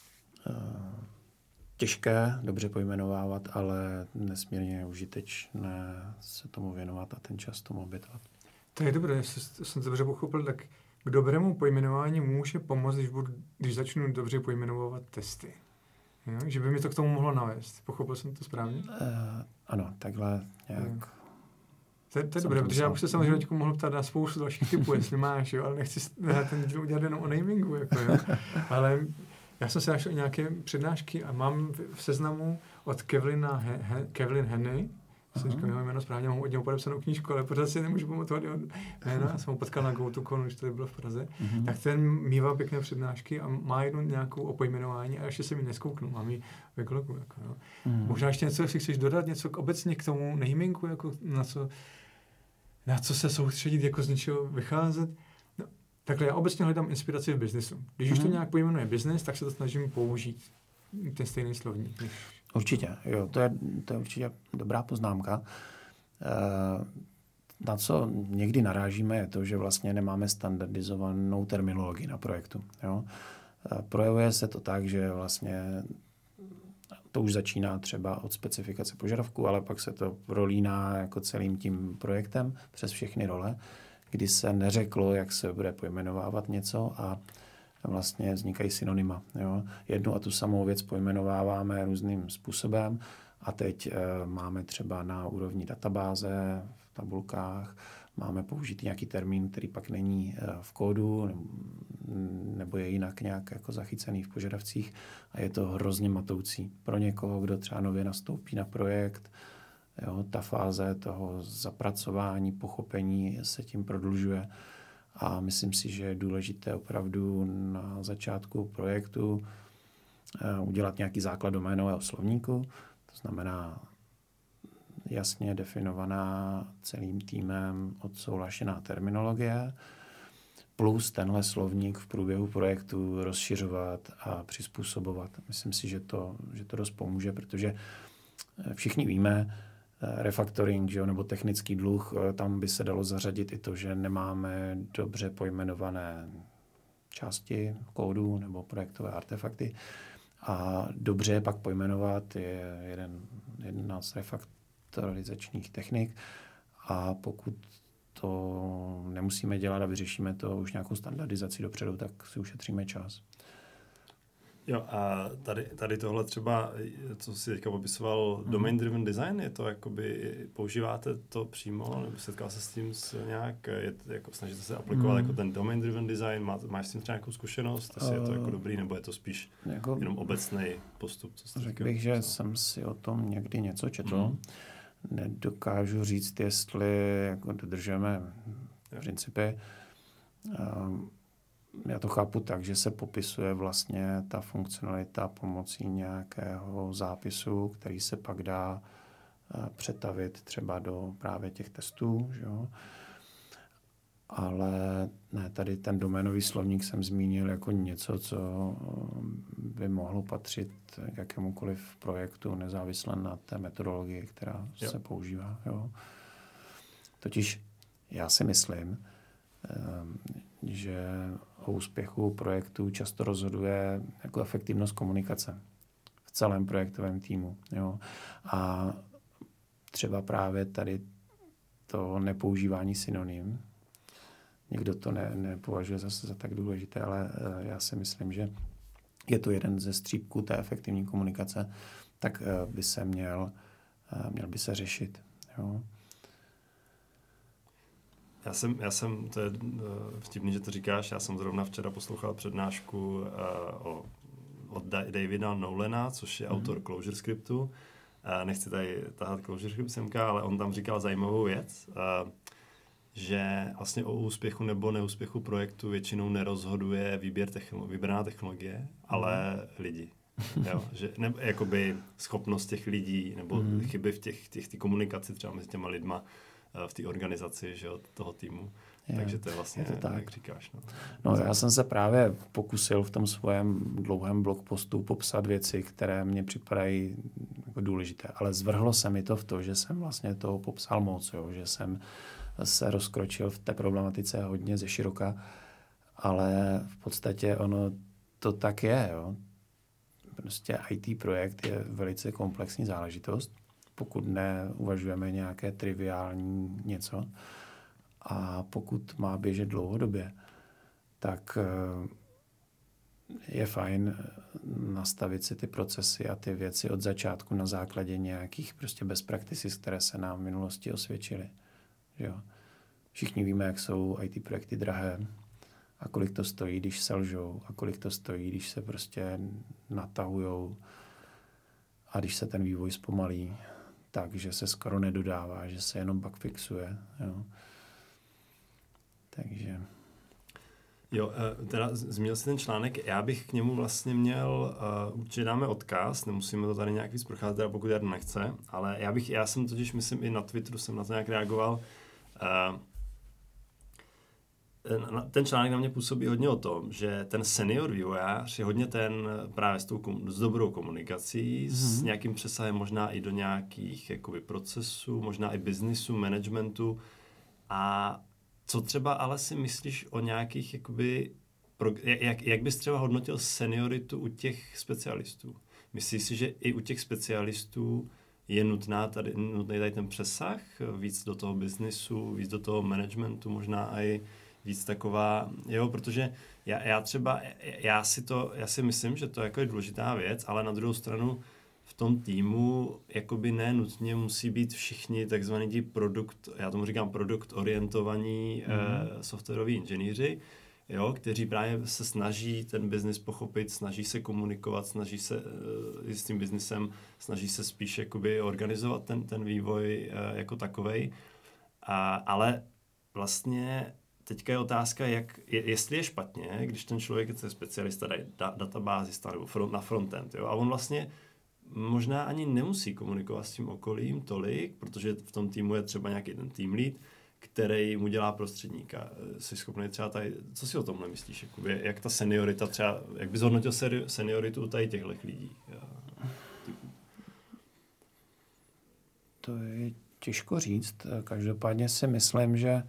těžké dobře pojmenovávat, ale nesmírně užitečné se tomu věnovat a ten čas tomu obětovat. To je dobré, jsem to dobře pochopil, tak k dobrému pojmenování může pomoct, když začnu dobře pojmenovat testy. Jo? Že by mi to k tomu mohlo navést. Pochopil jsem to správně? Ano, takhle nějak. To je dobré, protože já už se samozřejmě teď mohl ptát na spoustu dalších typů, jestli máš, jo, ale nechci ten díl udělat jenom o namingu, jako, jo. Ale já jsem se našel nějaké přednášky a mám v seznamu od Kevlin Henney, si říkám jeho jméno správně, mám od něho podepsanou knížku, ale pořád si nemůžu pamatovat jeho jméno, já jsem ho potkal na GoToConu, když tady byl v Praze, tak ten mívá pěkné přednášky a má jednu nějakou o pojmenování a ještě se mi neskouknul, mám ji ve blogu, jako, jo. Možná ještě něco, jestli chceš dodat, něco obecně k tomu namingu, jako na co. na co se soustředit, jako z něčeho vycházet. No, takhle já obecně hledám inspiraci v biznesu. Když už to nějak pojmenuje biznes, tak se to snažím použít ten stejný slovník. Určitě, jo, to je určitě dobrá poznámka. Na co někdy narážíme je to, že vlastně nemáme standardizovanou terminologii na projektu. Jo. Projevuje se to tak, že vlastně to už začíná třeba od specifikace požadavků, ale pak se to prolíná jako celým tím projektem přes všechny role, kdy se neřeklo, jak se bude pojmenovávat něco a vlastně vznikají synonyma. Jo. Jednu a tu samou věc pojmenováváme různým způsobem a teď máme třeba na úrovni databáze, v tabulkách, máme použít nějaký termín, který pak není v kódu nebo je jinak nějak jako zachycený v požadavcích a je to hrozně matoucí pro někoho, kdo třeba nově nastoupí na projekt. Jo, ta fáze toho zapracování, pochopení se tím prodlužuje a myslím si, že je důležité opravdu na začátku projektu udělat nějaký základ doménového slovníku, to znamená jasně definovaná celým týmem odsouhlašená terminologie, plus tenhle slovník v průběhu projektu rozšiřovat a přizpůsobovat. Myslím si, že to dost pomůže, protože všichni víme, refactoring, že jo, nebo technický dluh, tam by se dalo zařadit i to, že nemáme dobře pojmenované části kódu nebo projektové artefakty. A dobře je pak pojmenovat je jedna z refaktorizačních technik a pokud to nemusíme dělat a vyřešíme to už nějakou standardizaci dopředu, tak si ušetříme čas. Jo, a tady tohle třeba, co jsi teďka popisoval, domain-driven design, je to jakoby, používáte to přímo, nebo setkal se s tím nějak, jako snažíte se aplikovat jako ten domain-driven design, máš s tím třeba nějakou zkušenost, jestli je to jako dobrý, nebo je to spíš jako, jenom obecný postup? Řekl bych, že jsem si o tom někdy něco četl. Nedokážu říct, jestli jako dodržujeme principy. Já to chápu tak, že se popisuje vlastně ta funkcionalita pomocí nějakého zápisu, který se pak dá přetavit třeba do právě těch testů. Že jo? Ale ne, tady ten doménový slovník jsem zmínil jako něco, co by mohlo patřit k jakémukoliv projektu, nezávisle na té metodologii, která se používá. Jo? Totiž já si myslím, že o úspěchu projektu často rozhoduje jako efektivnost komunikace v celém projektovém týmu. Jo. A třeba právě tady to nepoužívání synonym, někdo to nepovažuje zase za tak důležité, ale já si myslím, že je to jeden ze střípků té efektivní komunikace, tak by se měl by se řešit. Jo. Já jsem, to je vtipný, že to říkáš, já jsem zrovna včera poslouchal přednášku od Davida Nolana, což je autor ClojureScriptu. Nechci tady tahat ClojureScript semka, ale on tam říkal zajímavou věc, že vlastně o úspěchu nebo neúspěchu projektu většinou nerozhoduje vybraná technologie, ale lidi. Jo, že, nebo jakoby schopnost těch lidí nebo chyby v té komunikaci třeba mezi těma lidma v té organizaci, že, toho týmu. Takže to je vlastně, je to tak, jak říkáš. No, já jsem se právě pokusil v tom svém dlouhém blogpostu popsat věci, které mně připadají jako důležité. Ale zvrhlo se mi to v to, že jsem vlastně toho popsal moc, jo, že jsem se rozkročil v té problematice hodně ze široka, ale v podstatě ono to tak je. Jo. Prostě IT projekt je velice komplexní záležitost, pokud neuvažujeme nějaké triviální něco. A pokud má běžet dlouhodobě, tak je fajn nastavit si ty procesy a ty věci od začátku na základě nějakých prostě best practices, které se nám v minulosti osvědčily. Jo. Všichni víme, jak jsou IT projekty drahé a kolik to stojí, když selžou a kolik to stojí, když se prostě natahujou a když se ten vývoj zpomalí, takže se skoro nedodává, že se jenom bugfixuje. Jo. Takže... Jo, teda zmínil jsi ten článek, já bych k němu vlastně měl, určitě dáme odkaz, nemusíme to tady nějak víc procházet, teda pokud Jarda nechce, ale já jsem totiž, myslím, i na Twitteru jsem na to nějak reagoval, ten článek na mě působí hodně o tom, že ten senior vývojář je hodně ten právě s dobrou komunikací, s nějakým přesahem možná i do nějakých jakoby procesů, možná i businessu, managementu. A co třeba ale si myslíš o nějakých jakoby, jak bys třeba hodnotil senioritu u těch specialistů? Myslíš si, že i u těch specialistů je nutný tady ten přesah, víc do toho businessu, víc do toho managementu, možná i víc taková, protože já si myslím, že to jako je důležitá věc, ale na druhou stranu v tom týmu jakoby ne nutně musí být všichni takzvaný ti já tomu říkám produkt orientovaní softwaroví inženýři, kteří právě se snaží ten biznis pochopit, snaží se komunikovat, snaží se s tím biznisem, snaží se spíš jakoby organizovat ten vývoj jako takovej. Ale vlastně teďka je otázka, jestli je špatně, když ten člověk je specialista, databázista nebo na frontend, a on vlastně možná ani nemusí komunikovat s tím okolím tolik, protože v tom týmu je třeba nějaký ten team lead, který mu dělá prostředníka. Jsi schopný třeba tady, co si o tomhle myslíš? Jakoby, jak ta seniorita třeba, jak bys hodnotil senioritu tady těchto lidí? To je těžko říct. Každopádně si myslím, že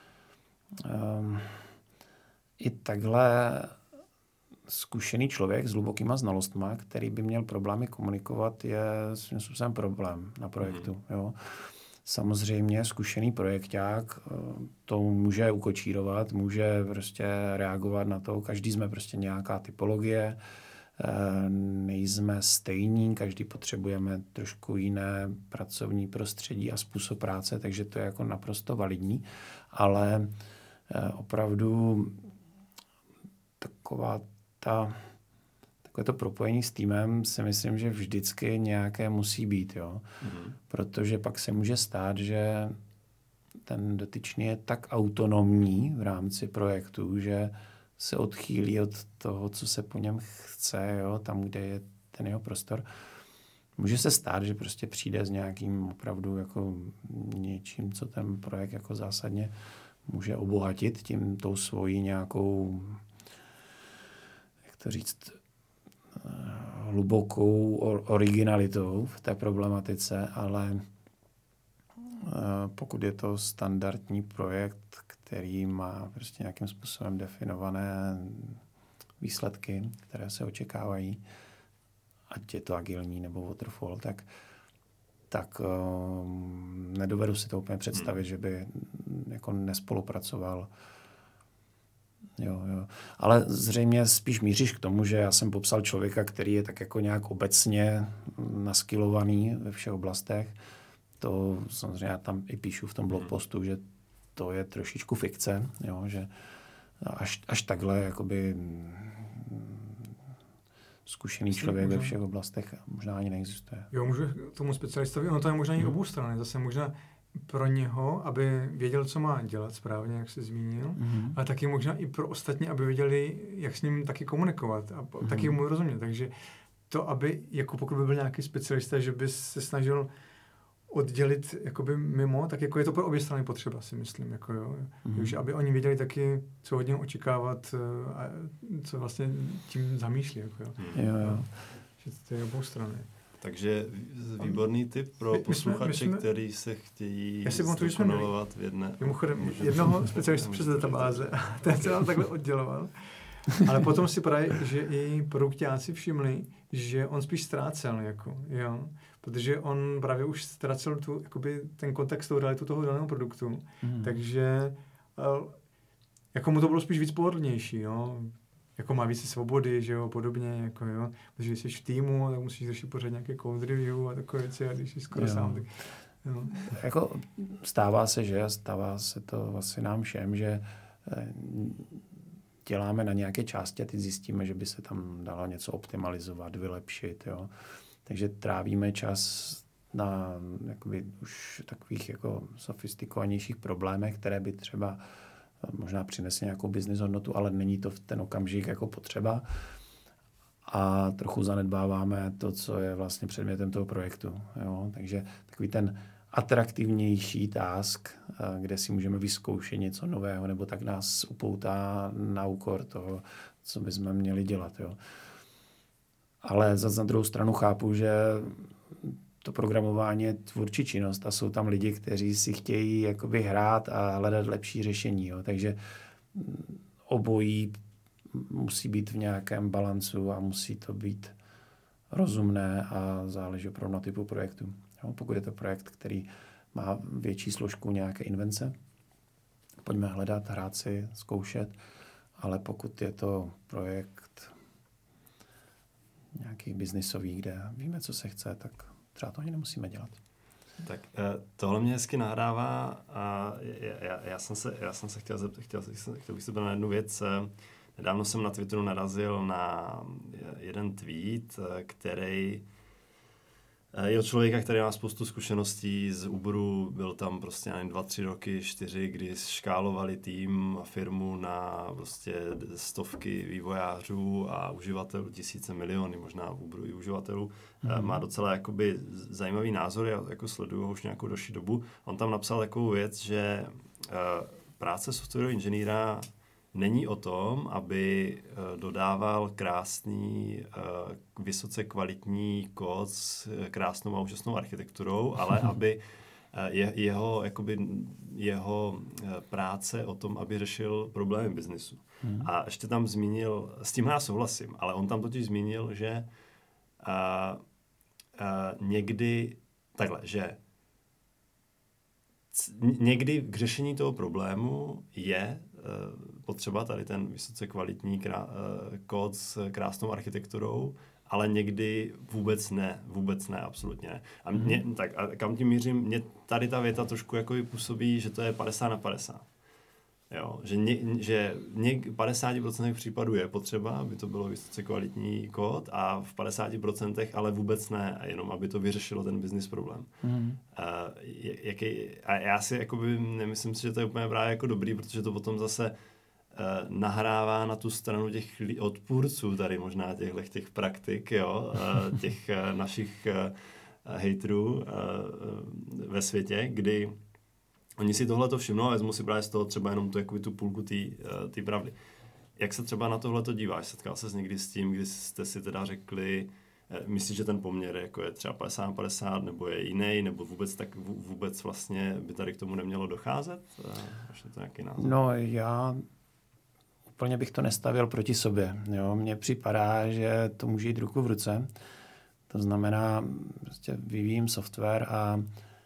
i takhle zkušený člověk s hlubokýma znalostma, který by měl problémy komunikovat, je svým způsobem problém na projektu. Jo. Samozřejmě zkušený projekták to může ukočírovat, může prostě reagovat na to. Každý jsme prostě nějaká typologie, nejsme stejní, každý potřebujeme trošku jiné pracovní prostředí a způsob práce, takže to je jako naprosto validní, ale opravdu takové to propojení s týmem si myslím, že vždycky nějaké musí být, jo. Protože pak se může stát, že ten dotyčný je tak autonomní v rámci projektu, že se odchýlí od toho, co se po něm chce, jo, tam, kde je ten jeho prostor. Může se stát, že prostě přijde s nějakým opravdu jako něčím, co ten projekt jako zásadně může obohatit tou svojí nějakou, jak to říct, hlubokou originalitou v té problematice, ale pokud je to standardní projekt, který má prostě nějakým způsobem definované výsledky, které se očekávají, ať je to agilní nebo waterfall, tak nedovedu si to úplně představit, že by jako nespolupracoval. Jo. Ale zřejmě spíš míříš k tomu, že já jsem popsal člověka, který je tak jako nějak obecně naskilovaný ve všech oblastech. To samozřejmě já tam i píšu v tom blogpostu, že to je trošičku fikce, jo, že až takhle jakoby zkušený člověk ve všech oblastech možná ani neexistuje. Jo, můžu tomu specialistovi, ono to je možná i obou strany. Zase možná pro něho, aby věděl, co má dělat správně, jak jsi zmínil, ale taky možná i pro ostatní, aby věděli, jak s ním taky komunikovat a taky mu rozumět. Takže to, aby, jako pokud by byl nějaký specialista, že by se snažil oddělit jakoby mimo, tak jako je to pro obě strany potřeba, si myslím. Jako jo. Takže aby oni věděli taky, co od něho očekávat a co vlastně tím zamýšlí. Jako jo. Jo. Že to je obou strany. Takže výborný tip pro posluchače, který se chtějí zdokonalovat v jedné. Mimochodem, jednoho specialistu přes databáze, ten se nám takhle odděloval. Ale potom si právě, že i produktáci všimli, že on spíš ztrácel, jako, jo. Protože on právě už ztrácel ten kontakt s tou realitou toho daného produktu. Takže jako mu to bylo spíš víc pohodlnější, jo. Jako má více svobody, že jo, podobně, jako jo. Protože když jsi v týmu, tak musíš řešit pořád nějaké code review a takové věci, a když jsi skoro sám, tak jo. Jako stává se to vlastně nám všem, že děláme na nějaké části a teď zjistíme, že by se tam dalo něco optimalizovat, vylepšit, jo. Takže trávíme čas na jakoby už takových jako sofistikovanějších problémech, které by třeba možná přinesly nějakou business hodnotu, ale není to v ten okamžik jako potřeba. A trochu zanedbáváme to, co je vlastně předmětem toho projektu. Jo. Takže takový ten atraktivnější task, kde si můžeme vyzkoušet něco nového, nebo tak nás upoutá na úkor toho, co bychom měli dělat. Jo. Ale zase na druhou stranu chápu, že to programování je tvůrčí činnost a jsou tam lidi, kteří si chtějí jakoby hrát a hledat lepší řešení. Jo. Takže obojí musí být v nějakém balancu a musí to být rozumné a záleží opravdu na typu projektu. Jo, pokud je to projekt, který má větší složku nějaké invence, pojďme hledat, hrát si, zkoušet, ale pokud je to projekt nějaký biznisový, kde víme, co se chce, tak třeba to ani nemusíme dělat. Tak tohle mě hezky nahrává a já jsem se chtěl bych se na jednu věc. Nedávno jsem na Twitteru narazil na jeden tweet, který je od člověka, který má spoustu zkušeností z Uberu, byl tam prostě 2-3 roky, 4, kdy škálovali tým a firmu na prostě stovky vývojářů a uživatelů, tisíce, miliony, možná v Uberu i uživatelů. Má docela jakoby zajímavý názor, já jako sleduju ho už nějakou další dobu. On tam napsal takovou věc, že práce softwarového inženýra není o tom, aby dodával krásný, vysoce kvalitní kód s krásnou a úžasnou architekturou, ale aby jeho práce o tom, aby řešil problémy biznesu. A ještě tam zmínil, s tím já souhlasím, ale on tam totiž zmínil, že někdy takhle, že někdy k řešení toho problému je potřeba tady ten vysoce kvalitní kód s krásnou architekturou, ale někdy vůbec ne, absolutně ne. A kam tím mířím, mě tady ta věta trošku jako působí, že to je 50/50. Jo, že 50% případů je potřeba, aby to bylo vysoce kvalitní kód a v 50% ale vůbec ne, jenom aby to vyřešilo ten business problém. A já si jakoby nemyslím si, že to je úplně právě jako dobrý, protože to potom zase nahrává na tu stranu těch odpůrců tady možná těch praktik, jo, těch našich hejterů ve světě, kdy oni si tohleto všimnou a vezmu si právě z toho třeba jenom tu půlku té pravdy. Jak se třeba na tohleto díváš? Setkal ses někdy s tím, kdy jste si teda řekli, myslíš, že ten poměr jako je třeba 50/50, nebo je jiný, nebo vůbec vlastně by tady k tomu nemělo docházet? Máš to nějaký názor? No, já úplně bych to nestavil proti sobě. Jo? Mně připadá, že to může jít ruku v ruce. To znamená, prostě vyvíjím software a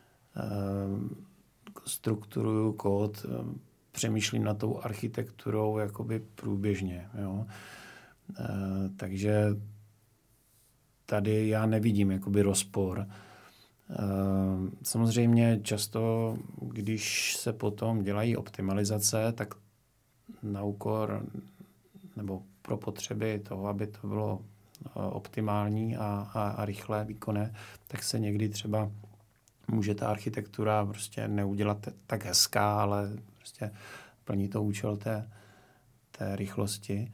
strukturuju kód, přemýšlím nad tou architekturou jakoby průběžně. Jo? Takže tady já nevidím jakoby rozpor. Samozřejmě často, když se potom dělají optimalizace, tak na úkor nebo pro potřeby toho, aby to bylo optimální a rychlé, výkonné, tak se někdy třeba může ta architektura prostě neudělat tak hezká, ale prostě plní to účel té rychlosti.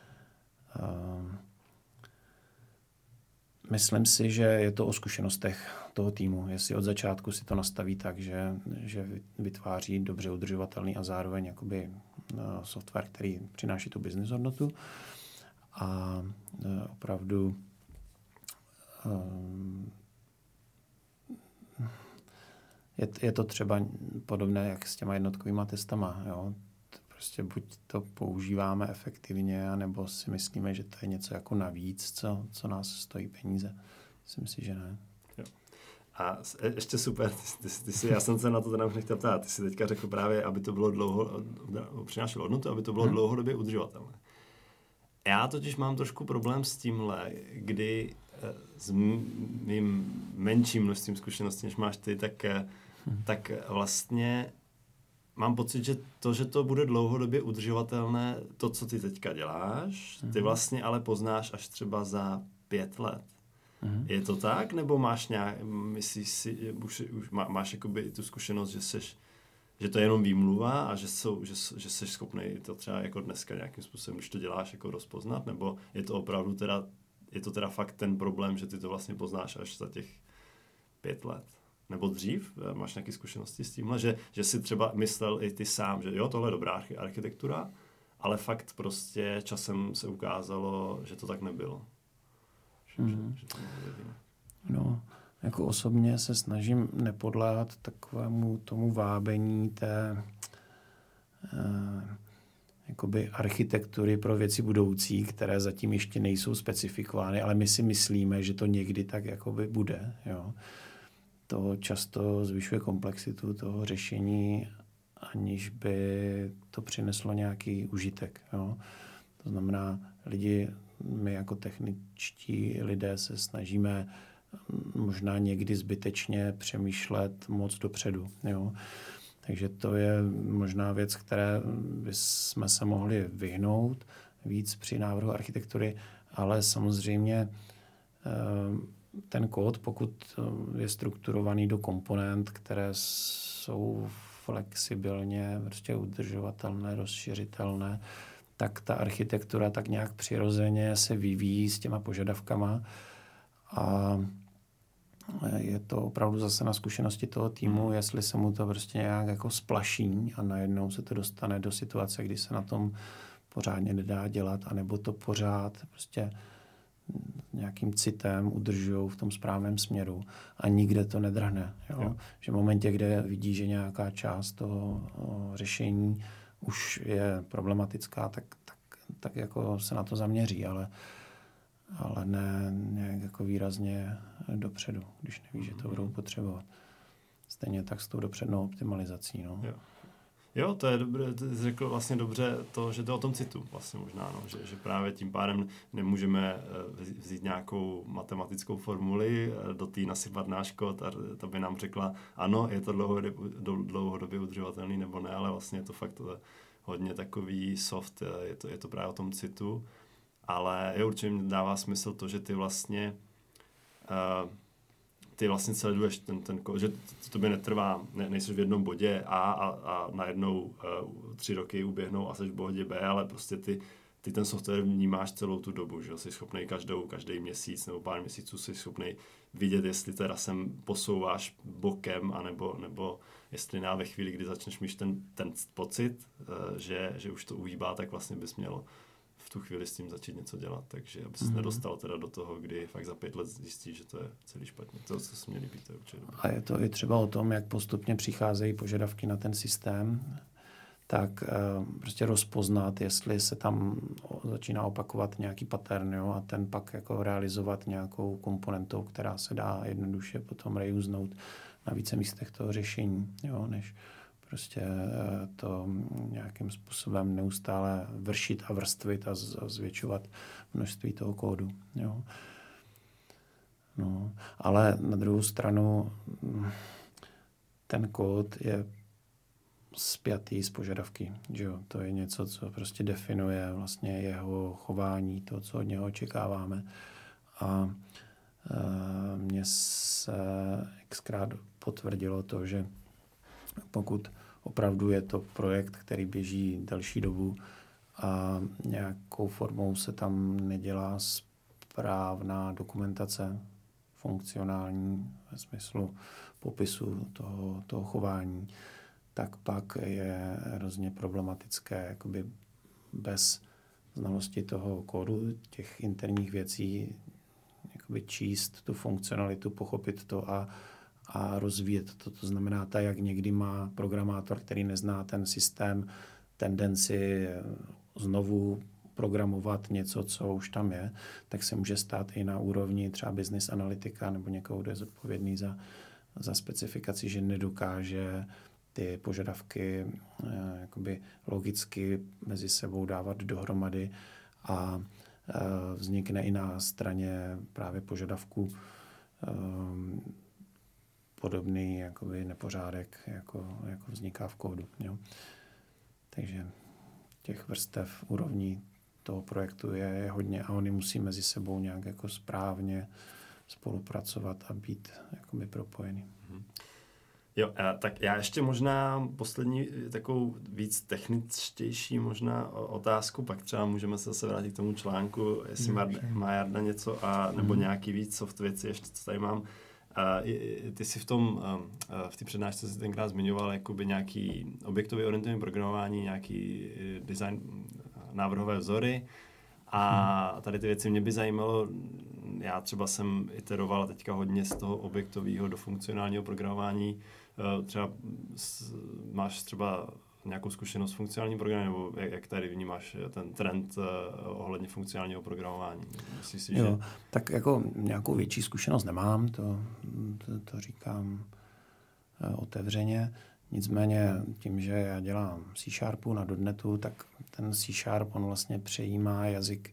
Myslím si, že je to o zkušenostech toho týmu. Jestli od začátku si to nastaví tak, že vytváří dobře udržovatelný a zároveň jakoby software, který přináší tu business hodnotu a opravdu je to třeba podobné jak s těma jednotkovýma testama. Jo? Prostě buď to používáme efektivně, anebo si myslíme, že to je něco jako navíc, co nás stojí peníze. Myslím si, že ne. Jo. A ještě super, já jsem se na to teda už nechtěl ptát. Ty jsi teďka řekl právě, aby to bylo přinášelo hodnotu, aby to bylo dlouhodobě udržovatelné. Já totiž mám trošku problém s tímhle, kdy s mým menším množstvím zkušeností, než máš ty, tak vlastně mám pocit, že to bude dlouhodobě udržovatelné, to, co ty teďka děláš, ty vlastně ale poznáš až třeba za 5 let. Je to tak? Nebo máš myslíš si, už máš jakoby tu zkušenost, že to je jenom výmluva a že jsi schopný to třeba jako dneska nějakým způsobem, když to děláš, jako rozpoznat? Nebo je to opravdu teda fakt ten problém, že ty to vlastně poznáš až za těch 5 let? nebo dřív? Máš nějaké zkušenosti s tímhle, že si třeba myslel i ty sám, že jo, tohle je dobrá architektura, ale fakt prostě časem se ukázalo, že to tak nebylo. Že to nebylo. No, jako osobně se snažím nepodléhat takovému tomu vábení té jakoby architektury pro věci budoucí, které zatím ještě nejsou specifikovány, ale my si myslíme, že to někdy tak jakoby bude. Jo. To často zvyšuje komplexitu toho řešení, aniž by to přineslo nějaký užitek. Jo. To znamená, my jako techničtí lidé se snažíme možná někdy zbytečně přemýšlet moc dopředu. Jo. Takže to je možná věc, které bychom se mohli vyhnout víc při návrhu architektury, ale samozřejmě ten kód, pokud je strukturovaný do komponent, které jsou flexibilně prostě udržovatelné, rozšiřitelné, tak ta architektura tak nějak přirozeně se vyvíjí s těma požadavkama a je to opravdu zase na zkušenosti toho týmu, jestli se mu to prostě nějak jako splaší a najednou se to dostane do situace, kdy se na tom pořádně nedá dělat, anebo to pořád prostě nějakým citem udržujou v tom správném směru a nikde to nedrhne. Jo? Že v momentě, kde vidí, že nějaká část toho řešení už je problematická, tak jako se na to zaměří, ale ne nějak jako výrazně dopředu, když neví, že to budou potřebovat. Stejně tak s tou dopřednou optimalizací. No. Jo, to je dobré, ty jsi řekl vlastně dobře to, že to o tom citu vlastně možná, no, že právě tím pádem nemůžeme vzít nějakou matematickou formuli, do té nasypat náš kód a ta by nám řekla, ano, je to dlouhodobě udržovatelný nebo ne, ale vlastně je to fakt hodně takový soft, je to právě o tom citu. Ale určitě mi dává smysl to, že ty vlastně sleduješ ten kód, že to by netrvá, nejsi v jednom bodě a najednou 3 roky uběhnou a jsi v bodě B, ale prostě ty ten software vnímáš celou tu dobu, že jsi schopný každý měsíc nebo pár měsíců jsi schopný vidět, jestli teda sem posouváš bokem, nebo jestli ve chvíli, kdy začneš mít ten pocit, že už to uhýbá, tak vlastně bys mělo v tu chvíli s tím začít něco dělat, takže aby se nedostal teda do toho, kdy fakt za 5 let zjistí, že to je celý špatně. To, co se mě líbí, to je určitě dobré. A je to i třeba o tom, jak postupně přicházejí požadavky na ten systém, tak prostě rozpoznat, jestli se tam začíná opakovat nějaký pattern, jo, a ten pak jako realizovat nějakou komponentou, která se dá jednoduše potom reusenout na více místech toho řešení, jo, než prostě to nějakým způsobem neustále vršit a vrstvit a zvětšovat množství toho kódu. Jo. No, ale na druhou stranu ten kód je spjatý z požadavky. Že jo? To je něco, co prostě definuje vlastně jeho chování, to, co od něho očekáváme. A mně se xkrát potvrdilo to, že pokud opravdu je to projekt, který běží delší dobu a nějakou formou se tam nedělá správná dokumentace funkcionální ve smyslu popisu toho chování, tak pak je hrozně problematické jakoby bez znalosti toho kódu, těch interních věcí, jakoby číst tu funkcionalitu, pochopit to a rozvíjet to. To znamená, jak někdy má programátor, který nezná ten systém, tendenci znovu programovat něco, co už tam je, tak se může stát i na úrovni třeba business analytika nebo někoho, kdo je zodpovědný za specifikaci, že nedokáže ty požadavky jakoby logicky mezi sebou dávat dohromady a vznikne i na straně právě požadavků podobný jakoby nepořádek, jako vzniká v kódu. Jo. Takže těch vrstev úrovní toho projektu je hodně a oni musí mezi sebou nějak jako správně spolupracovat a být jakoby propojený. Jo, tak já ještě možná poslední takovou víc techničtější možná otázku, pak třeba můžeme se zase vrátit k tomu článku, jestli má Jarda něco nebo nějaký víc soft věci, ještě co tady mám. Ty jsi v té přednášce si tenkrát zmiňoval jakoby nějaký objektově orientovaný programování, nějaký design, návrhové vzory a tady ty věci mě by zajímalo. Já třeba jsem iteroval teďka hodně z toho objektového do funkcionálního programování. Třeba máš třeba nějakou zkušenost s funkcionálním programem, nebo jak tady vnímáš ten trend ohledně funkcionálního programování? Myslíš si, že... Tak jako nějakou větší zkušenost nemám, to říkám otevřeně. Nicméně tím, že já dělám C# na .NETu, tak ten C# on vlastně přejímá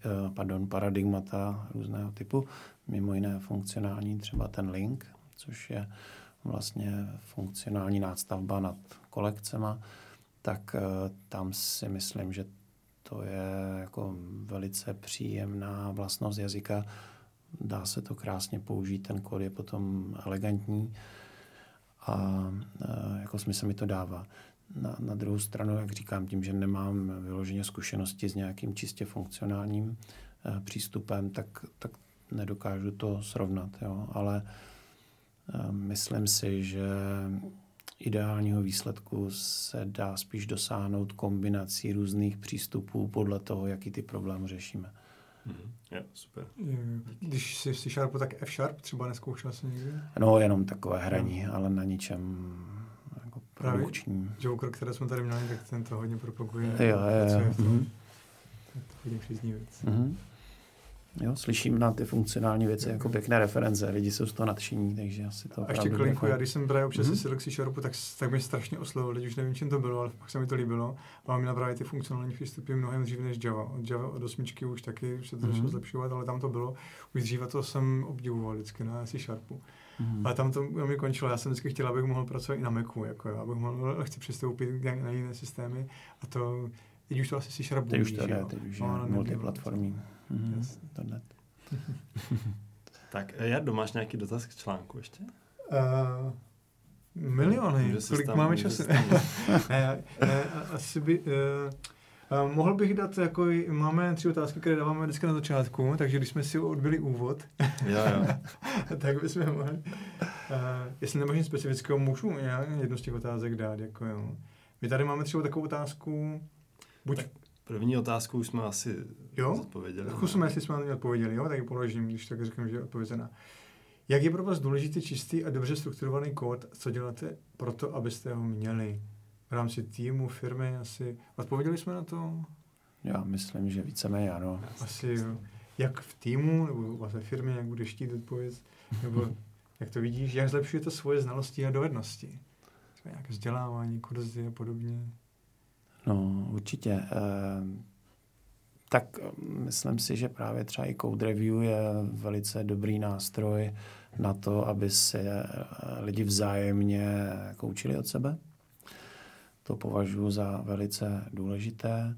paradigmata různého typu, mimo jiné funkcionální, třeba ten link, což je vlastně funkcionální nástavba nad kolekcema, tak tam si myslím, že to je jako velice příjemná vlastnost jazyka. Dá se to krásně použít, ten kód je potom elegantní a jako smysl mi to dává. Na druhou stranu, jak říkám, tím, že nemám vyloženě zkušenosti s nějakým čistě funkcionálním přístupem, tak nedokážu to srovnat. Jo? Ale myslím si, že ideálního výsledku se dá spíš dosáhnout kombinací různých přístupů podle toho, jaký ty problémy řešíme. Jo, super. Když jsi v C#, tak F# třeba neskoušel jsi někdy? No, jenom takové hraní, ale na ničem jako produkčním. Joker, které jsme tady měli, tak ten to hodně propaguje. Jo. To hodně příznivec. Jo, slyším na ty funkcionální věci jako pěkné reference, lidi jsou z toho nadšení, takže asi to a ještě klinku, já když jsem právě občas si k C#, tak mě strašně oslovil, teď už nevím, čím to bylo, ale pak se mi to líbilo. A měla právě ty funkcionální přístupy mnohem dřív než Java. Od Java od 8 už taky se to začalo zlepšovat, ale tam to bylo. Už dříve to jsem obdivoval vždycky na C#. Ale tam to mi končilo, já jsem vždycky chtěl, abych mohl pracovat i na Macu, jako abych mohl lehce přistoupit na jiné systémy a to teď už to asi C# teď už to jde, teď už je multiplatformní. Tak Jardo, máš nějaký dotaz k článku ještě? Miliony, kolik máme času? Asi by... mohl bych dát, jako máme 3 otázky, které dáváme vždycky na začátku, takže když jsme si odbyli úvod, tak bychom mohli... jestli nemáš nic specifického, můžu jednu z těch otázek dát. Jako, jo. My tady máme třeba takovou otázku... První otázku už jsme asi odpověděli. Zkusíme, jestli jsme na ní odpověděli, jo? Tak ji položím, když tak řeknu, že je odpovězená. Jak je pro vás důležitý čistý a dobře strukturovaný kód? Co děláte pro to, abyste ho měli? V rámci týmu, firmy asi? Odpověděli jsme na to? Já myslím, že víceméně ano. Asi jo. Jak v týmu, nebo ve firmě, jak budeš chtít odpovědět? Nebo jak to vidíš? Jak zlepšujete svoje znalosti a dovednosti? Třeba nějaké vzdělávání, kurzy a podobně? No, určitě. Tak myslím si, že právě třeba i Code Review je velice dobrý nástroj na to, aby se lidi vzájemně učili od sebe. To považuji za velice důležité.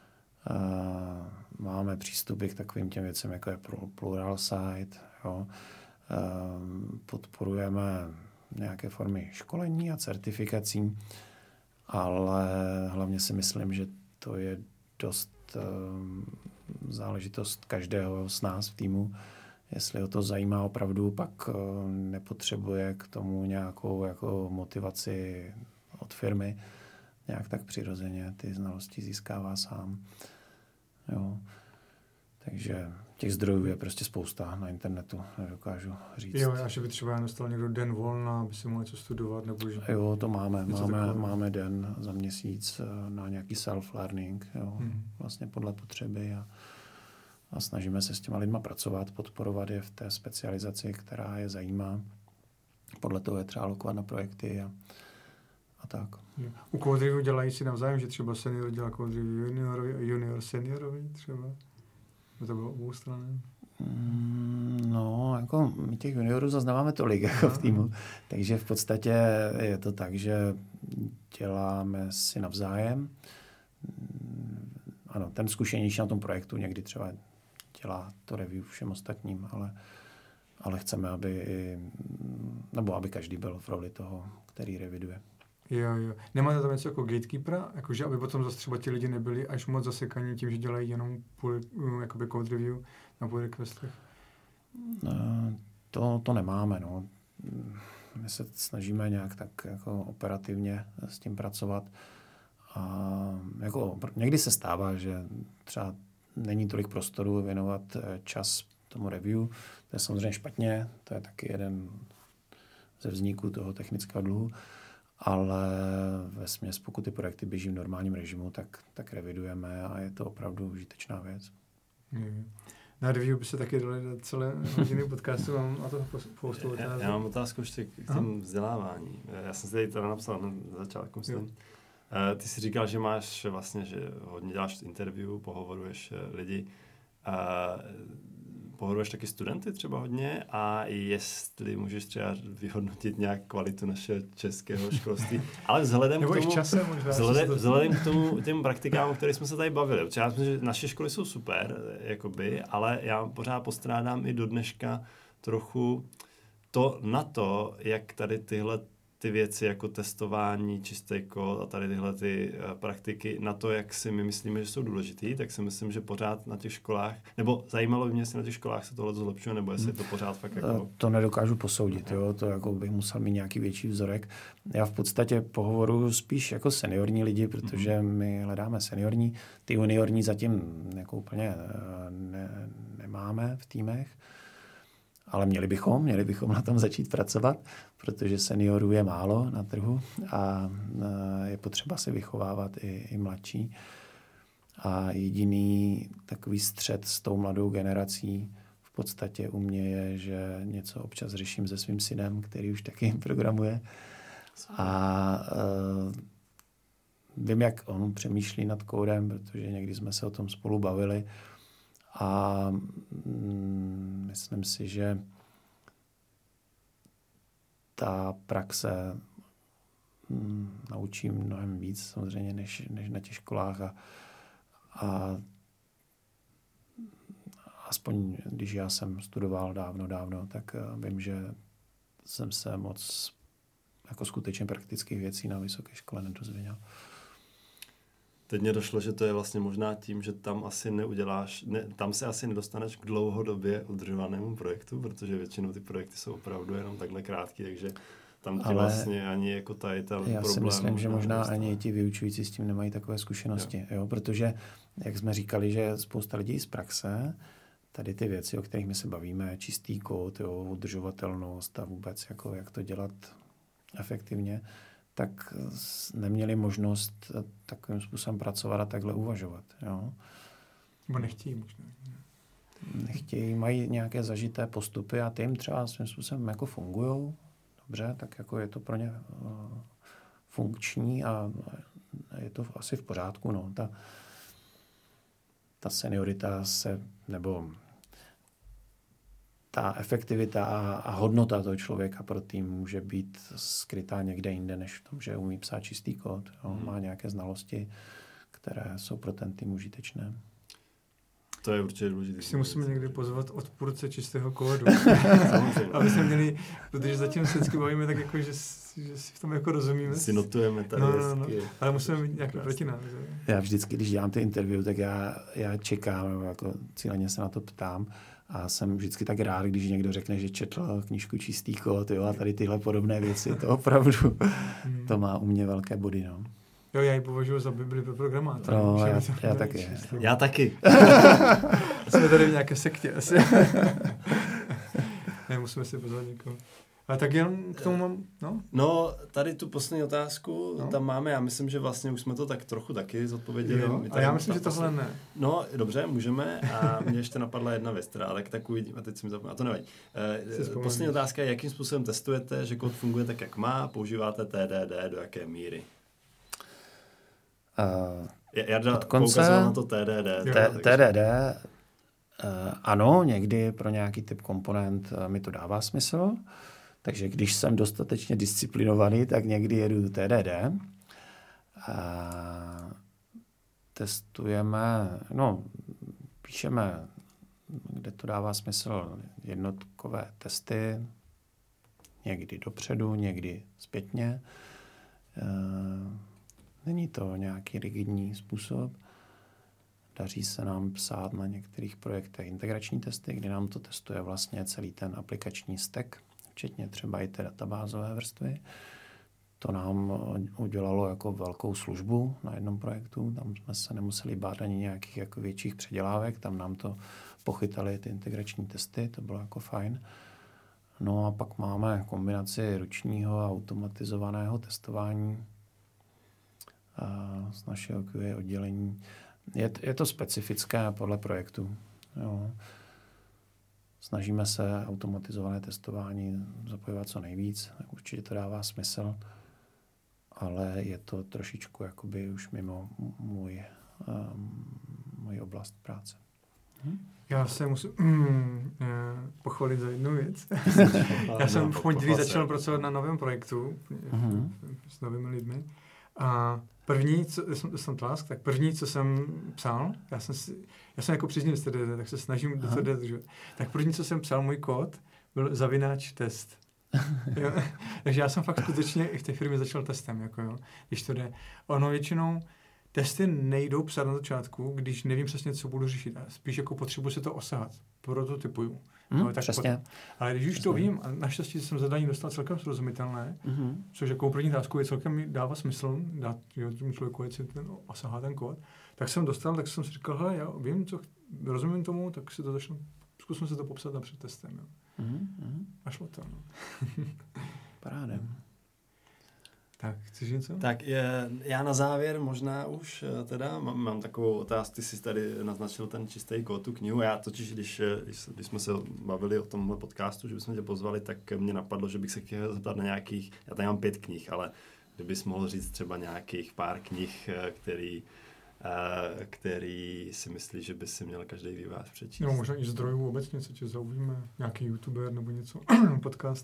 Máme přístupy k takovým těm věcem, jako je Pluralsight. Jo. Podporujeme nějaké formy školení a certifikací, ale hlavně si myslím, že to je dost záležitost každého z nás v týmu. Jestli ho to zajímá opravdu, pak nepotřebuje k tomu nějakou jako motivaci od firmy. Nějak tak přirozeně ty znalosti získává sám. Jo. Takže těch zdrojů je prostě spousta na internetu, nedokážu říct. Jo, a že by třeba dostal někdo den volna, aby si mohl něco studovat, nebo že... Jo, to máme den za měsíc na nějaký self-learning, jo, vlastně podle potřeby a snažíme se s těma lidma pracovat, podporovat je v té specializaci, která je zajímá. Podle toho je třeba alokovat na projekty a tak. U Code Review dělají si navzájem, že třeba senior dělá Code Review juniorovi a junior seniorovi třeba? To bylo obou strany? No, jako my těch juniorů zaznáváme tolik jako v týmu, takže v podstatě je to tak, že děláme si navzájem. Ano, ten zkušenější na tom projektu někdy třeba dělá to review všem ostatním, ale chceme, aby každý byl v roli toho, který reviduje. Jo. Nemáte tam něco jako gatekeepera? Jakože aby potom zase třeba ti lidi nebyli až moc zasekaní tím, že dělají jenom jakoby code review na pull requestech? To nemáme, no. my se snažíme nějak tak jako operativně s tím pracovat. A jako někdy se stává, že třeba není tolik prostoru věnovat čas tomu review. To je samozřejmě špatně, to je taky jeden ze vzniků toho technického dluhu, ale vesměs, pokud ty projekty běží v normálním režimu, tak revidujeme a je to opravdu užitečná věc. Na review by se taky dali celé hodiny podcastu, mám na to spoustu otázek. Já mám otázku ještě k těm vzdělávání. Já jsem si tady to napsal na začátku, myslím. Ty jsi říkal, že máš vlastně, že hodně děláš interview, pohovoruješ lidi. Pohovoruješ taky studenty třeba hodně a jestli můžeš třeba vyhodnotit nějak kvalitu našeho českého školství. Ale vzhledem k tomu těm praktikám, o kterých jsme se tady bavili. Protože já myslím, že naše školy jsou super, jakoby, ale já pořád postrádám i do dneška trochu na to, jak tady tyhle ty věci jako testování, čistý kód a tady tyhle ty praktiky na to, jak si my myslíme, že jsou důležitý, tak si myslím, že pořád na těch školách, nebo zajímalo by mě, jestli na těch školách se tohle zlepšuje, nebo jestli je to pořád fakt jako... To nedokážu posoudit, jo, to jako bych musel mít nějaký větší vzorek. Já v podstatě pohovoruji spíš jako seniorní lidi, protože my hledáme seniorní, ty juniorní zatím jako úplně nemáme v týmech. Ale měli bychom na tom začít pracovat, protože seniorů je málo na trhu a je potřeba si vychovávat i mladší. A jediný takový střet s tou mladou generací v podstatě u mě je, že něco občas řeším se svým synem, který už taky programuje. A vím, jak on přemýšlí nad kódem, protože někdy jsme se o tom spolu bavili. A myslím si, že ta praxe naučí mnohem víc samozřejmě, než na těch školách. A aspoň když já jsem studoval dávno, tak vím, že jsem se moc jako skutečně praktických věcí na vysoké škole nedozvěděl. Teď mě došlo, že to je vlastně možná tím, že tam asi tam se asi nedostaneš k dlouhodobě udržovanému projektu, protože většinou ty projekty jsou opravdu jenom takhle krátký, takže tam ti vlastně ani jako tady ten problém... Já si myslím, že možná ani ti vyučující s tím nemají takové zkušenosti, jo, protože, jak jsme říkali, že spousta lidí z praxe, tady ty věci, o kterých my se bavíme, čistý kód, jo, udržovatelnost a vůbec jako jak to dělat efektivně, tak neměli možnost takovým způsobem pracovat a takhle uvažovat. Jo. Nebo nechtějí možná. Nechtějí, mají nějaké zažité postupy a ty jim třeba svým způsobem jako fungujou. Dobře, tak jako je to pro ně funkční a je to asi v pořádku. No. Ta seniorita nebo ta efektivita a hodnota toho člověka pro tým může být skrytá někde jinde, než v tom, že umí psát čistý kód. Má nějaké znalosti, které jsou pro ten tým užitečné. To je určitě důležité. Si musíme někdy pozvat odpůrce čistého kódu. Aby jsme měli, protože zatím se vždycky bavíme tak jako, že si v tom jako rozumíme. Si notujeme tady hezky. Ale musíme mít nějaký protinázor. Já vždycky, když dělám ty interview, tak já čekám, jako cíleně se na to ptám. A jsem vždycky tak rád, když někdo řekne, že četl knížku Čistý kód, jo, a tady tyhle podobné věci, to opravdu, to má u mě velké body, no. Jo, já ji považuji za Bibli pro programátora. No, já taky. Já taky. Jsme tady v nějaké sektě asi. Musíme si pozvat někoho. Ale tak jenom k tomu mám, no? No, tady tu poslední otázku tam máme, já myslím, že vlastně už jsme to tak trochu taky zodpověděli. Jo, a já myslím, že tohle ne. No, dobře, můžeme. A mě ještě napadla jedna věc, ale tak uvidím, a teď si mi zapomněl, a to nevadí. Poslední otázka je, jakým způsobem testujete, že kód funguje tak, jak má, používáte TDD, do jaké míry? Jarda poukazoval na to TDD. TDD, ano, někdy pro nějaký typ komponent mi to dává smysl. Takže když jsem dostatečně disciplinovaný, tak někdy jedu TDD. Testujeme, píšeme, kde to dává smysl, jednotkové testy, někdy dopředu, někdy zpětně. Není to nějaký rigidní způsob. Daří se nám psát na některých projektech integrační testy, kdy nám to testuje vlastně celý ten aplikační stack, včetně třeba i té databázové vrstvy. To nám udělalo jako velkou službu na jednom projektu. Tam jsme se nemuseli bát ani nějakých jako větších předělávek. Tam nám to pochytali ty integrační testy, to bylo jako fajn. No a pak máme kombinaci ručního a automatizovaného testování z našeho QA oddělení. Je to specifické podle projektu. Jo. Snažíme se automatizované testování zapojovat co nejvíc. Určitě to dává smysl, ale je to trošičku jakoby už mimo můj oblast práce. Já se musím pochvalit za jednu věc. Já jsem v pondělí začal pracovat na novém projektu s novými lidmi. A první, co jsem psal, já jsem jako příznivec TDD, tak se snažím do toho držet. Tak první, co jsem psal, můj kód, byl zavináč test. Jo? Takže já jsem fakt skutečně i v té firmě začal testem, jako jo, když to jde. Ono většinou testy nejdou psát na začátku, když nevím přesně, co budu řešit. A spíš jako potřebuji se to osahat. Prototypuju. Tak přesně. Ale když už to vím, a naštěstí jsem zadání dostal celkem srozumitelné, což jako první otázku je celkem mi dává smysl dát tomu člověku, ať si osahá ten kód, tak jsem si říkal, hele, já vím, rozumím tomu, tak si to zkusím se to popsat napřed testem. Jo. A šlo to. No. Parádem. Tak, chceš něco? Tak já na závěr možná už teda mám takovou otázku, ty jsi tady naznačil ten čistý kód, tu knihu. Já totiž, když jsme se bavili o tomhle podcastu, že bychom tě pozvali, tak mě napadlo, že bych se chtěl zeptat na nějakých, já tady mám 5 knih, ale kdybys mohl říct třeba nějakých pár knih, který si myslíš, že by si měl každý vývojář přečíst. No možná i zdrojů obecně, co tě zaujíme, nějaký youtuber nebo něco, podcast.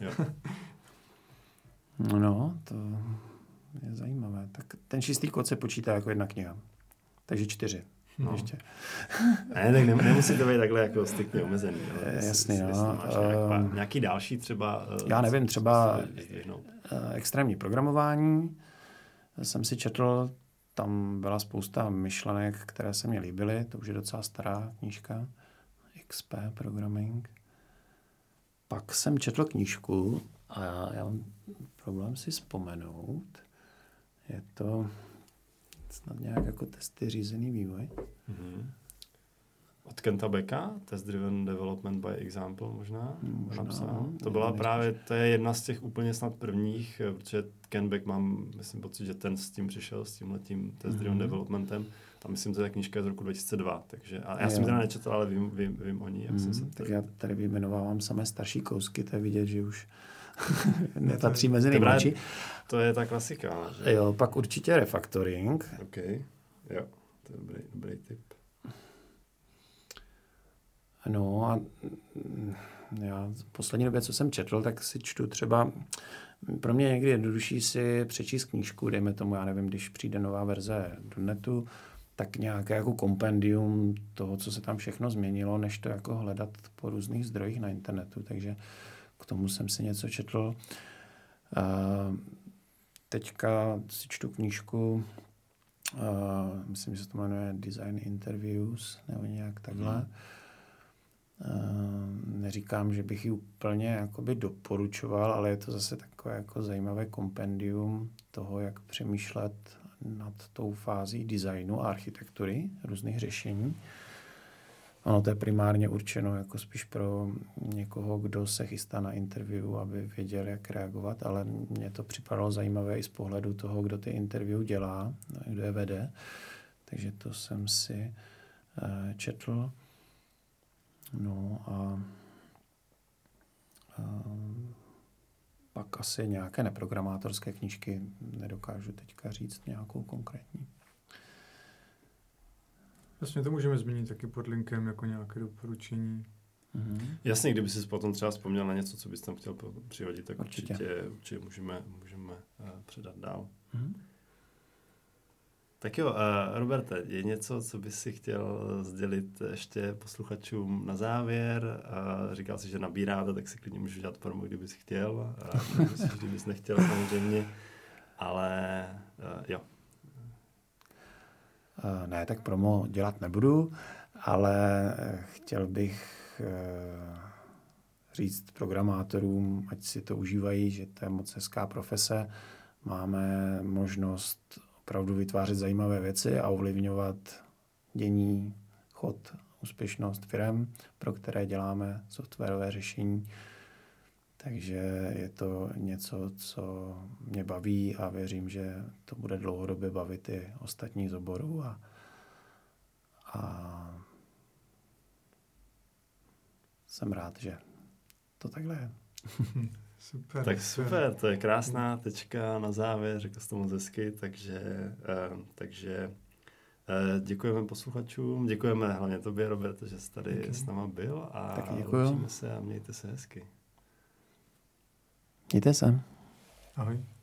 No, to je zajímavé. Tak ten čistý kód se počítá jako jedna kniha. Takže 4. No. Ještě. Ne, tak nemusí to být takhle jako striktně omezený. Jasný, no. Nějaký další třeba... Já nevím, třeba extrémní programování jsem si četl, tam byla spousta myšlenek, které se mi líbily, to už je docela stará knížka, XP Programming. Pak jsem četl knížku a já mám problém si vzpomenout. Je to snad nějak jako testy řízený vývoj. Od Kenta Becka, Test Driven Development by Example možná. To byla to je jedna z těch úplně snad prvních, protože Ken Beck myslím pocit, že ten s tím přišel, s tímhletím Test Driven Developmentem. Tam myslím, že ta knížka je z roku 2002, takže a já jsem teda nečetl, ale vím o ní. Tak já tady vyjmenovávám samé starší kousky, to je vidět, že už nepatří mezi nejmladší. To je ta klasika. Že? Jo, pak určitě refactoring. OK, jo, to je dobrý tip. No a já v poslední době, co jsem četl, tak si čtu třeba, pro mě někdy jednodušší si přečíst knížku, dejme tomu, já nevím, když přijde nová verze .NETu, tak nějaké jako kompendium toho, co se tam všechno změnilo, než to jako hledat po různých zdrojích na internetu, takže k tomu jsem si něco četl. Teďka si čtu knížku, myslím, že se to jmenuje Design Interviews, nebo nějak takhle. Neříkám, že bych ji úplně jakoby doporučoval, ale je to zase takové jako zajímavé kompendium toho, jak přemýšlet nad tou fází designu a architektury, různých řešení. Ono to je primárně určeno jako spíš pro někoho, kdo se chystá na interview, aby věděl, jak reagovat, ale mně to připadalo zajímavé i z pohledu toho, kdo ty interview dělá, kdo je vede. Takže to jsem si četl. No a pak asi nějaké neprogramátorské knížky, nedokážu teďka říct nějakou konkrétní. Vlastně to můžeme zmínit taky pod linkem jako nějaké doporučení. Jasně, kdyby si potom třeba vzpomněl na něco, co bys tam chtěl přihodit, tak určitě můžeme předat dál. Tak jo, Roberte, je něco, co bys si chtěl sdělit ještě posluchačům na závěr? Říkal jsi, že nabíráte, tak si klidně můžeš dělat promo, kdybys chtěl. Kdybys nechtěl samozřejmě, ale jo. Ne, tak promo dělat nebudu, ale chtěl bych říct programátorům, ať si to užívají, že to je moc hezká profese. Máme možnost opravdu vytvářet zajímavé věci a ovlivňovat dění, chod, úspěšnost firem, pro které děláme softwarové řešení. Takže je to něco, co mě baví a věřím, že to bude dlouhodobě bavit i ostatní z oboru a jsem rád, že to takhle je. Super. Tak super, to je krásná tečka na závěr, řekl jsi to moc hezky, takže děkujeme posluchačům, děkujeme hlavně tobě, Robert, že jsi tady s náma byl a loučíme se a mějte se hezky. Mějte se. Ahoj.